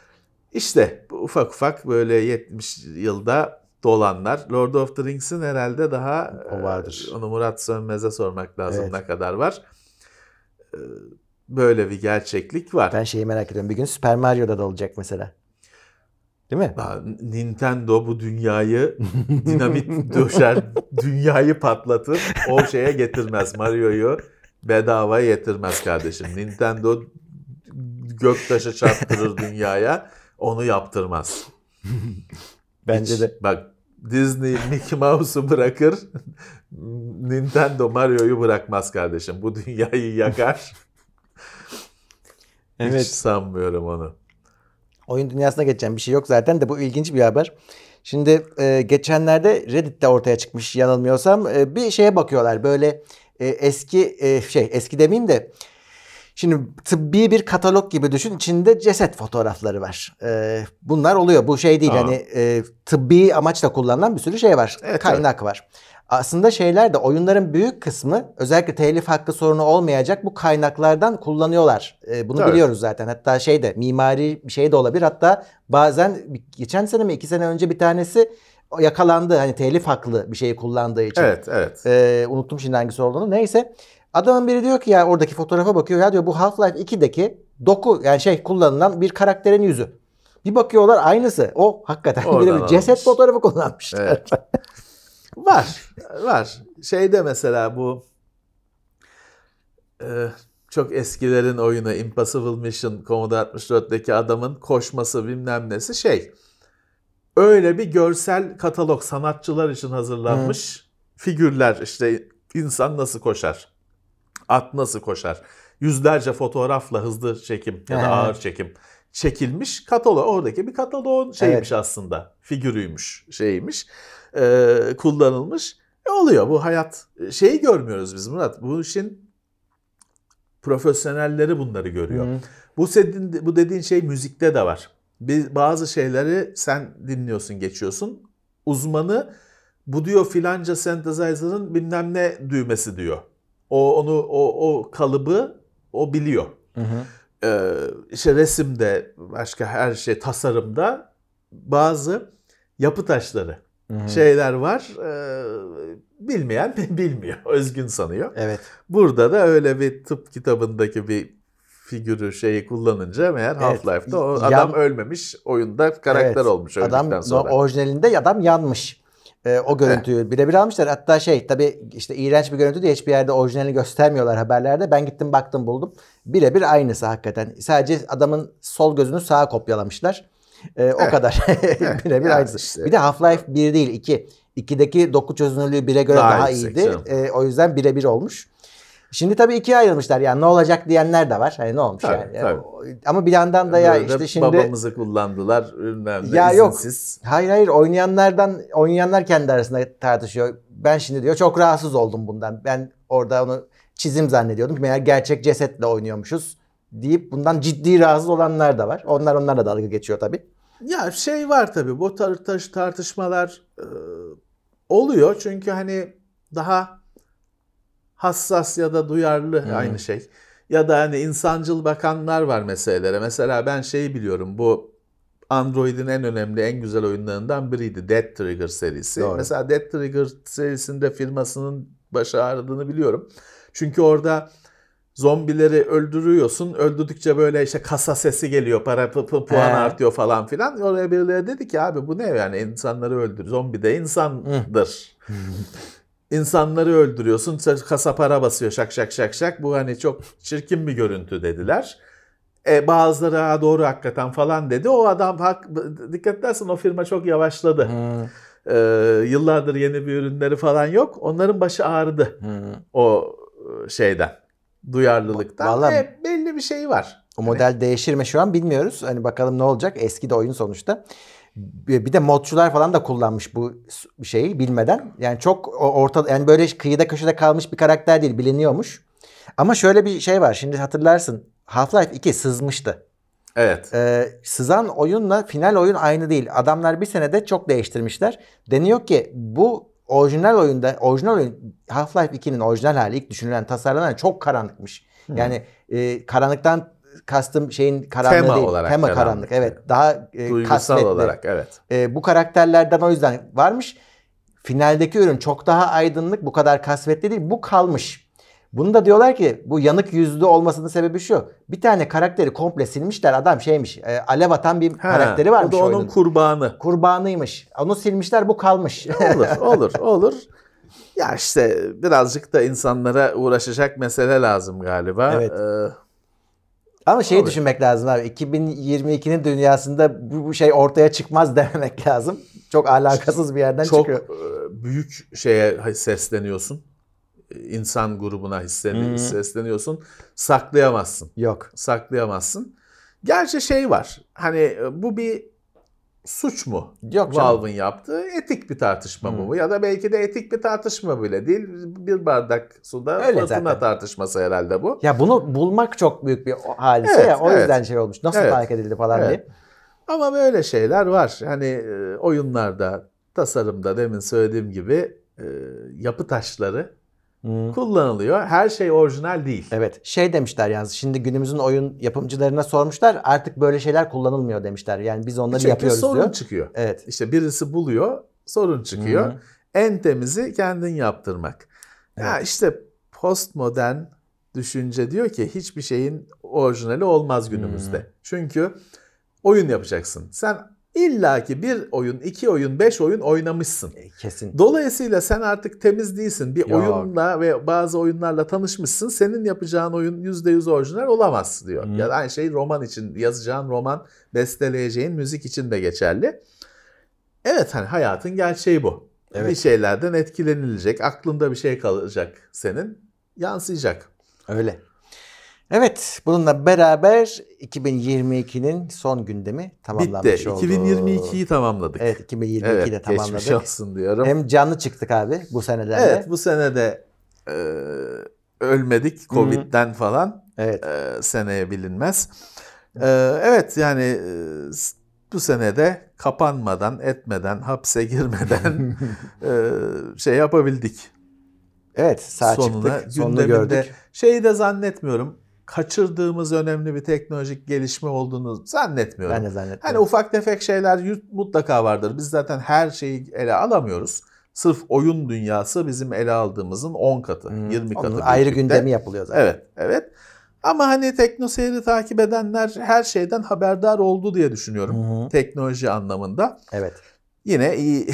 İşte ufak ufak böyle yetmiş yılda dolanlar. Lord of the Rings'in herhalde daha o vardır. E, onu Murat Sönmez'e sormak lazım, evet. ne kadar var. E, böyle bir gerçeklik var. Ben şeyi merak ediyorum. Bir gün Super Mario'da da olacak mesela. Değil mi? Nintendo bu dünyayı dinamit döşer, dünyayı patlatır, o şeye getirmez. Mario'yu bedava getirmez kardeşim. Nintendo göktaşı çarptırır dünyaya, onu yaptırmaz. Bence Hiç, de. Bak, Disney Mickey Mouse'u bırakır, Nintendo Mario'yu bırakmaz kardeşim. Bu dünyayı yakar. Evet. Hiç sanmıyorum onu. Oyun dünyasına geçeceğim bir şey yok zaten de bu ilginç bir haber. Şimdi e, geçenlerde Reddit'te ortaya çıkmış yanılmıyorsam e, bir şeye bakıyorlar. Böyle e, eski e, şey eski demeyeyim de şimdi tıbbi bir katalog gibi düşün. İçinde ceset fotoğrafları var. E, bunlar oluyor. Bu şey değil. Aa. Hani e, tıbbi amaçla kullanılan bir sürü şey var. Evet, kaynak evet. var. Aslında şeyler de, oyunların büyük kısmı özellikle telif hakkı sorunu olmayacak bu kaynaklardan kullanıyorlar. Ee, bunu evet. biliyoruz zaten. Hatta şey de, mimari bir şey de olabilir. Hatta bazen geçen sene mi iki sene önce bir tanesi yakalandı. Hani telif haklı bir şeyi kullandığı için. Evet, evet. Ee, unuttum şimdi hangisi olduğunu. Neyse. Adamın biri diyor ki ya, oradaki fotoğrafa bakıyor. Ya diyor, bu Half-Life ikideki doku, yani şey kullanılan bir karakterin yüzü. Bir bakıyorlar aynısı. O hakikaten bir ceset fotoğrafı kullanmışlar. Evet. Var, var. Şeyde mesela bu e, çok eskilerin oyunu Impossible Mission, Commodore altmış dörtteki adamın koşması bilmem nesi şey. Öyle bir görsel katalog, sanatçılar için hazırlanmış hmm. figürler, işte insan nasıl koşar, at nasıl koşar, yüzlerce fotoğrafla hızlı çekim ya da ağır çekim çekilmiş katalog. Oradaki bir kataloğun şeymiş evet. aslında, figürüymüş, şeymiş. E, kullanılmış. E oluyor bu hayat. Şeyi görmüyoruz biz Murat. Bu işin profesyonelleri bunları görüyor. Hı. Bu dediğin, bu dediğin şey müzikte de var. Bir, bazı şeyleri sen dinliyorsun, geçiyorsun. Uzmanı bu diyor filanca synthesizer'ın bilmem ne düğmesi diyor. O onu o o kalıbı o biliyor. Hı hı. Ee, işte resimde, başka her şey, tasarımda bazı yapı taşları, hı hı. şeyler var. Ee, bilmeyen bilmiyor, özgün sanıyor. Evet. Burada da öyle bir tıp kitabındaki bir figürü şeyi kullanınca meğer evet. Half-Life'da o Yan... adam ölmemiş, oyunda karakter evet. olmuş öldükten adam, sonra. Adam orijinalinde adam yanmış. Ee, o görüntüyü evet. birebir almışlar. Hatta şey tabii işte iğrenç bir görüntü diye hiçbir yerde orijinalini göstermiyorlar haberlerde. Ben gittim baktım buldum. Birebir aynısı hakikaten. Sadece adamın sol gözünü sağa kopyalamışlar. Ee, o evet. kadar. Birebir yani aynısı. Işte. Bir de Half-Life bir değil iki. ikideki doku çözünürlüğü bire göre daha, daha iyiydi. Ee, o yüzden birebir olmuş. Şimdi tabii ikiye ayrılmışlar. Yani ne olacak diyenler de var. Hani ne olmuş tabii, yani. Tabii. Ama bir yandan da ya böyle işte şimdi babamızı kullandılar. Ürünlerinde ya izinsiz. Yok. Hayır hayır oynayanlardan oynayanlar kendi arasında tartışıyor. Ben şimdi diyor çok rahatsız oldum bundan. Ben orada onu çizim zannediyordum. Meğer gerçek cesetle oynuyormuşuz deyip bundan ciddi rahatsız olanlar da var. Onlar onlarla dalga geçiyor tabii. Ya şey var tabii. Bu tar- tartışmalar e, oluyor. Çünkü hani daha hassas ya da duyarlı hmm. aynı şey. Ya da hani insancıl bakanlar var meselelere. Mesela ben şeyi biliyorum. Bu Android'in en önemli, en güzel oyunlarından biriydi. Death Trigger serisi. Doğru. Mesela Death Trigger serisinde firmasının başı ağrıdığını biliyorum. Çünkü orada zombileri öldürüyorsun. Öldürdükçe böyle işte kasa sesi geliyor. Para pu- pu- puan He. artıyor falan filan. Oraya birileri dedi ki abi bu ne yani insanları öldür. Zombi de insandır. İnsanları öldürüyorsun, kasa para basıyor şak şak şak şak. Bu hani çok çirkin bir görüntü dediler. E, bazıları ha, doğru hakikaten falan dedi. O adam hak, dikkat edersen o firma çok yavaşladı. Hmm. E, yıllardır yeni bir ürünleri falan yok. Onların başı ağrıdı hmm. o şeyden, duyarlılıktan. Vallahi, e, belli bir şey var. O model hani değişir mi şu an bilmiyoruz. Hani bakalım ne olacak. Eski de oyun sonuçta. Bir de modçular falan da kullanmış bu şeyi bilmeden. Yani çok orta yani böyle kıyıda köşede kalmış bir karakter değil, biliniyormuş. Ama şöyle bir şey var. Şimdi hatırlarsın. Half-Life iki sızmıştı. Evet. Ee, sızan oyunla final oyun aynı değil. Adamlar bir senede çok değiştirmişler. Deniyor ki bu orijinal oyunda, orijinal oyun Half-Life ikinin orijinal hali, ilk düşünülen, tasarlanan çok karanlıkmış. Hmm. Yani e, karanlıktan kastım şeyin karanlığı tema değil. Olarak tema karanlık. karanlık. Evet. Daha e, duygusal kasvetli olarak evet. E, bu karakterlerden o yüzden varmış. Finaldeki ürün çok daha aydınlık, bu kadar kasvetli değil. Bu kalmış. Bunu da diyorlar ki bu yanık yüzlü olmasının sebebi şu. Bir tane karakteri komple silmişler. Adam şeymiş. E, alev atan bir ha, karakteri varmış. O da onun oyunun. kurbanı. Kurbanıymış. Onu silmişler, bu kalmış. Olur, olur, olur. Ya işte birazcık da insanlara uğraşacak mesele lazım galiba. Evet. Ee, Ama şeyi Olur. düşünmek lazım abi. iki bin yirmi ikinin dünyasında bu şey ortaya çıkmaz dememek lazım. Çok alakasız bir yerden çok çıkıyor. Çok büyük şeye sesleniyorsun. İnsan grubuna hissen- sesleniyorsun. Saklayamazsın. Yok. Saklayamazsın. Gerçi şey var. Hani bu bir suç mu? Yok canım. Valve'ın yaptığı etik bir tartışma hmm. bu. Ya da belki de etik bir tartışma bile değil. Bir bardak suda Öyle fırtına zaten. tartışması herhalde bu. Ya bunu bulmak çok büyük bir hadise evet, ya. O evet. yüzden şey olmuş. Nasıl evet. fark edildi falan evet. diye. Ama böyle şeyler var. Hani oyunlarda, tasarımda demin söylediğim gibi yapı taşları Hmm. kullanılıyor. Her şey orijinal değil. Evet. Şey demişler yalnız. Şimdi günümüzün oyun yapımcılarına sormuşlar. Artık böyle şeyler kullanılmıyor demişler. Yani biz onları Çünkü yapıyoruz sorun diyor. Sorun çıkıyor. Evet. İşte birisi buluyor, sorun çıkıyor. Hmm. En temizi kendin yaptırmak. Evet. Ya işte postmodern düşünce diyor ki hiçbir şeyin orijinali olmaz günümüzde. Hmm. Çünkü oyun yapacaksın. Sen İlla ki bir oyun, iki oyun, beş oyun oynamışsın. Kesin. Dolayısıyla sen artık temiz değilsin. Bir Yok. oyunla ve bazı oyunlarla tanışmışsın. Senin yapacağın oyun yüzde yüz orijinal olamaz diyor. Hmm. Ya da aynı şey roman için. Yazacağın roman, besteleyeceğin müzik için de geçerli. Evet hani hayatın gerçeği bu. Evet. Bir şeylerden etkilenilecek. Aklında bir şey kalacak senin. Yansıyacak. Öyle. Evet, bununla beraber iki bin yirmi ikinin son gündemi tamamlanmış Bitti. oldu. iki bin yirmi ikiyi tamamladık. Evet, iki bin yirmi ikiyi de evet, tamamladık. Geçmiş olsun diyorum. Hem canlı çıktık abi bu senelerde. Evet, bu senede e, ölmedik Covid'den Hı-hı. falan. Evet. E, seneye bilinmez. E, evet yani e, bu senede kapanmadan, etmeden, hapse girmeden e, şey yapabildik. Evet, sağ Sonuna, çıktık, sonunu gördük. Şeyi de zannetmiyorum. Kaçırdığımız önemli bir teknolojik gelişme olduğunu zannetmiyorum. Ben de zannetmiyorum. Hani ufak tefek şeyler mutlaka vardır. Biz zaten her şeyi ele alamıyoruz. Sırf oyun dünyası bizim ele aldığımızın on katı, hmm, yirmi katı. Onun ayrı gündemi yapılıyor zaten. Evet, evet. Ama hani TeknoSeyir'i takip edenler her şeyden haberdar oldu diye düşünüyorum. Hmm. Teknoloji anlamında. Evet. Yine iyi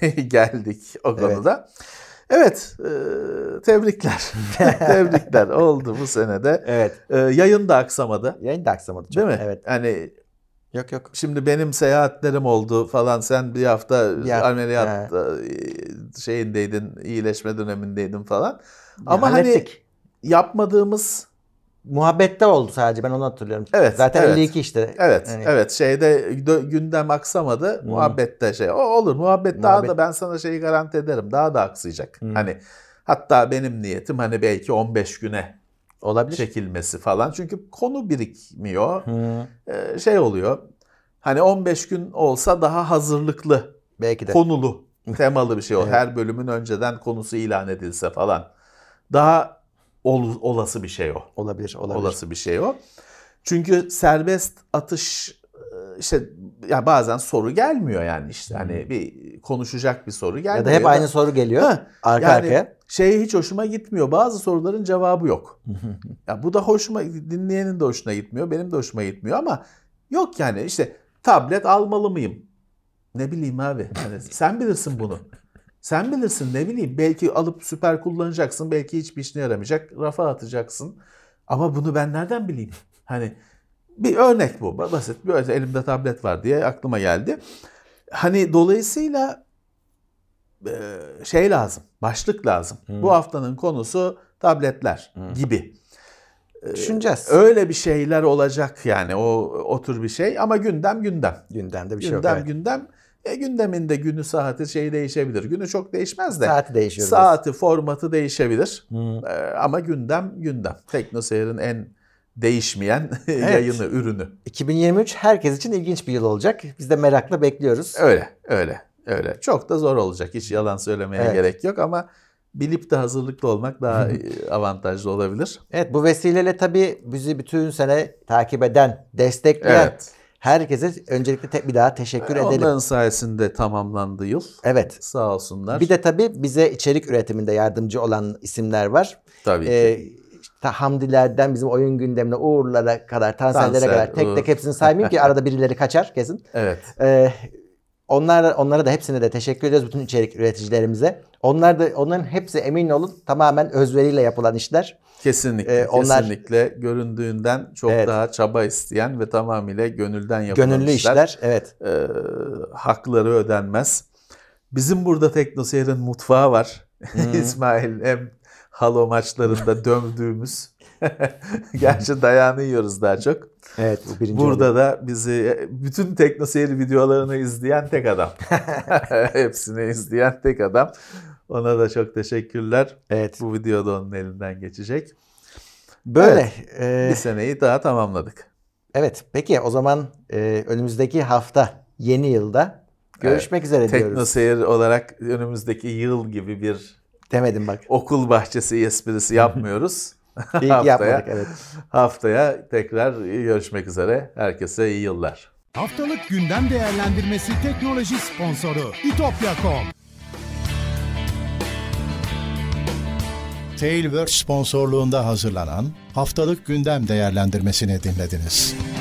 geldik o konuda. Evet. Evet, e, tebrikler. Tebrikler oldu bu senede. Evet. E, yayın da aksamadı. Yayın da aksamadı. Çok. Değil mi? Evet. Hani yok yok. Şimdi benim seyahatlerim oldu falan. Sen bir hafta ya, ameliyat he. şeyindeydin, iyileşme dönemindeydin falan. Ya, ama hallettik. Hani yapmadığımız muhabbette oldu sadece, ben onu hatırlıyorum. Evet. Zaten evet. elli iki işte. Evet. Yani. Evet. Şeyde gündem aksamadı. Hmm. Muhabbette şey. O olur. Muhabbet, Muhabbet daha da ben sana şeyi garanti ederim. Daha da aksayacak. Hmm. Hani hatta benim niyetim hani belki on beş güne olabilir çekilmesi falan. Çünkü konu birikmiyor. Hmm. Ee, şey oluyor. Hani on beş gün olsa daha hazırlıklı. Belki de. Konulu, temalı bir şey o. Evet. Her bölümün önceden konusu ilan edilse falan. Daha Ol, olası bir şey o. Olabilir, olabilir. Olası bir şey o. Çünkü serbest atış işte ya bazen soru gelmiyor yani işte hmm. hani bir konuşacak bir soru gelmiyor. Ya da hep ya aynı da, soru geliyor. Ha, arka yani arkaya. Şey hiç hoşuma gitmiyor. Bazı soruların cevabı yok. Ya bu da hoşuma, dinleyenin de hoşuna gitmiyor, benim de hoşuma gitmiyor ama yok yani işte tablet almalı mıyım? Ne bileyim abi. Yani sen bilirsin bunu. Sen bilirsin, ne bileyim, belki alıp süper kullanacaksın, belki hiçbir işine yaramayacak, rafa atacaksın. Ama bunu ben nereden bileyim? Hani bir örnek bu, basit bir örnek, elimde tablet var diye aklıma geldi. Hani dolayısıyla şey lazım, başlık lazım. Hmm. Bu haftanın konusu tabletler hmm. gibi. Düşüneceğiz. Öyle bir şeyler olacak yani, o o tür bir şey ama gündem gündem. Gündemde bir şey gündem, yok. Evet. Gündem E gündeminde günü, saati şey değişebilir. Günü çok değişmez de. Saati değişiyor. Saati, biraz. Formatı değişebilir. Hmm. Ee, ama gündem gündem. TeknoSeyir'in en değişmeyen evet. yayını, ürünü. iki bin yirmi üç herkes için ilginç bir yıl olacak. Biz de merakla bekliyoruz. Öyle, öyle, öyle. Çok da zor olacak. Hiç yalan söylemeye evet. gerek yok ama bilip de hazırlıklı olmak daha avantajlı olabilir. Evet, bu vesileyle tabii bizi bütün sene takip eden, destekleyen evet. herkese öncelikle te- bir daha teşekkür Onların edelim. Onların sayesinde tamamlandı yıl. Evet. Sağ olsunlar. Bir de tabii bize içerik üretiminde yardımcı olan isimler var. Tabii ki. Ee, Hamdilerden bizim oyun gündemine, Uğurlara kadar, Tansel'lere kadar tek Uğur. tek hepsini saymayayım ki arada birileri kaçar kesin. Evet. Ee, onlar, onlara da hepsine de teşekkür ediyoruz, bütün içerik üreticilerimize. Onlar da, onların hepsi emin olun tamamen özveriyle yapılan işler. Kesinlikle, ee, onlar, kesinlikle göründüğünden çok evet. daha çaba isteyen ve tamamıyla gönülden yapılan Gönüllü işler. işler, evet. E, hakları ödenmez. Bizim burada TeknoSeyir'in mutfağı var. Hmm. İsmail hem halo maçlarında dövdüğümüz. Gerçi dayağını yiyoruz daha çok. Evet, bu birinci burada oldu. Da bizi bütün TeknoSeyir videolarını izleyen tek adam. Hepsini izleyen tek adam. Ona da çok teşekkürler. Evet. Bu videoda onun elinden geçecek. Böyle. Evet, e... bir seneyi daha tamamladık. Evet. Peki o zaman e, önümüzdeki hafta yeni yılda görüşmek evet. üzere diyoruz. TeknoSeyir olarak önümüzdeki yıl gibi bir demedim bak. Okul bahçesi esprisi yapmıyoruz. İyi haftaya, yapmadık evet. Haftaya tekrar görüşmek üzere. Herkese iyi yıllar. Haftalık gündem değerlendirmesi teknoloji sponsoru itopya nokta com. Tailwords sponsorluğunda hazırlanan haftalık gündem değerlendirmesini dinlediniz.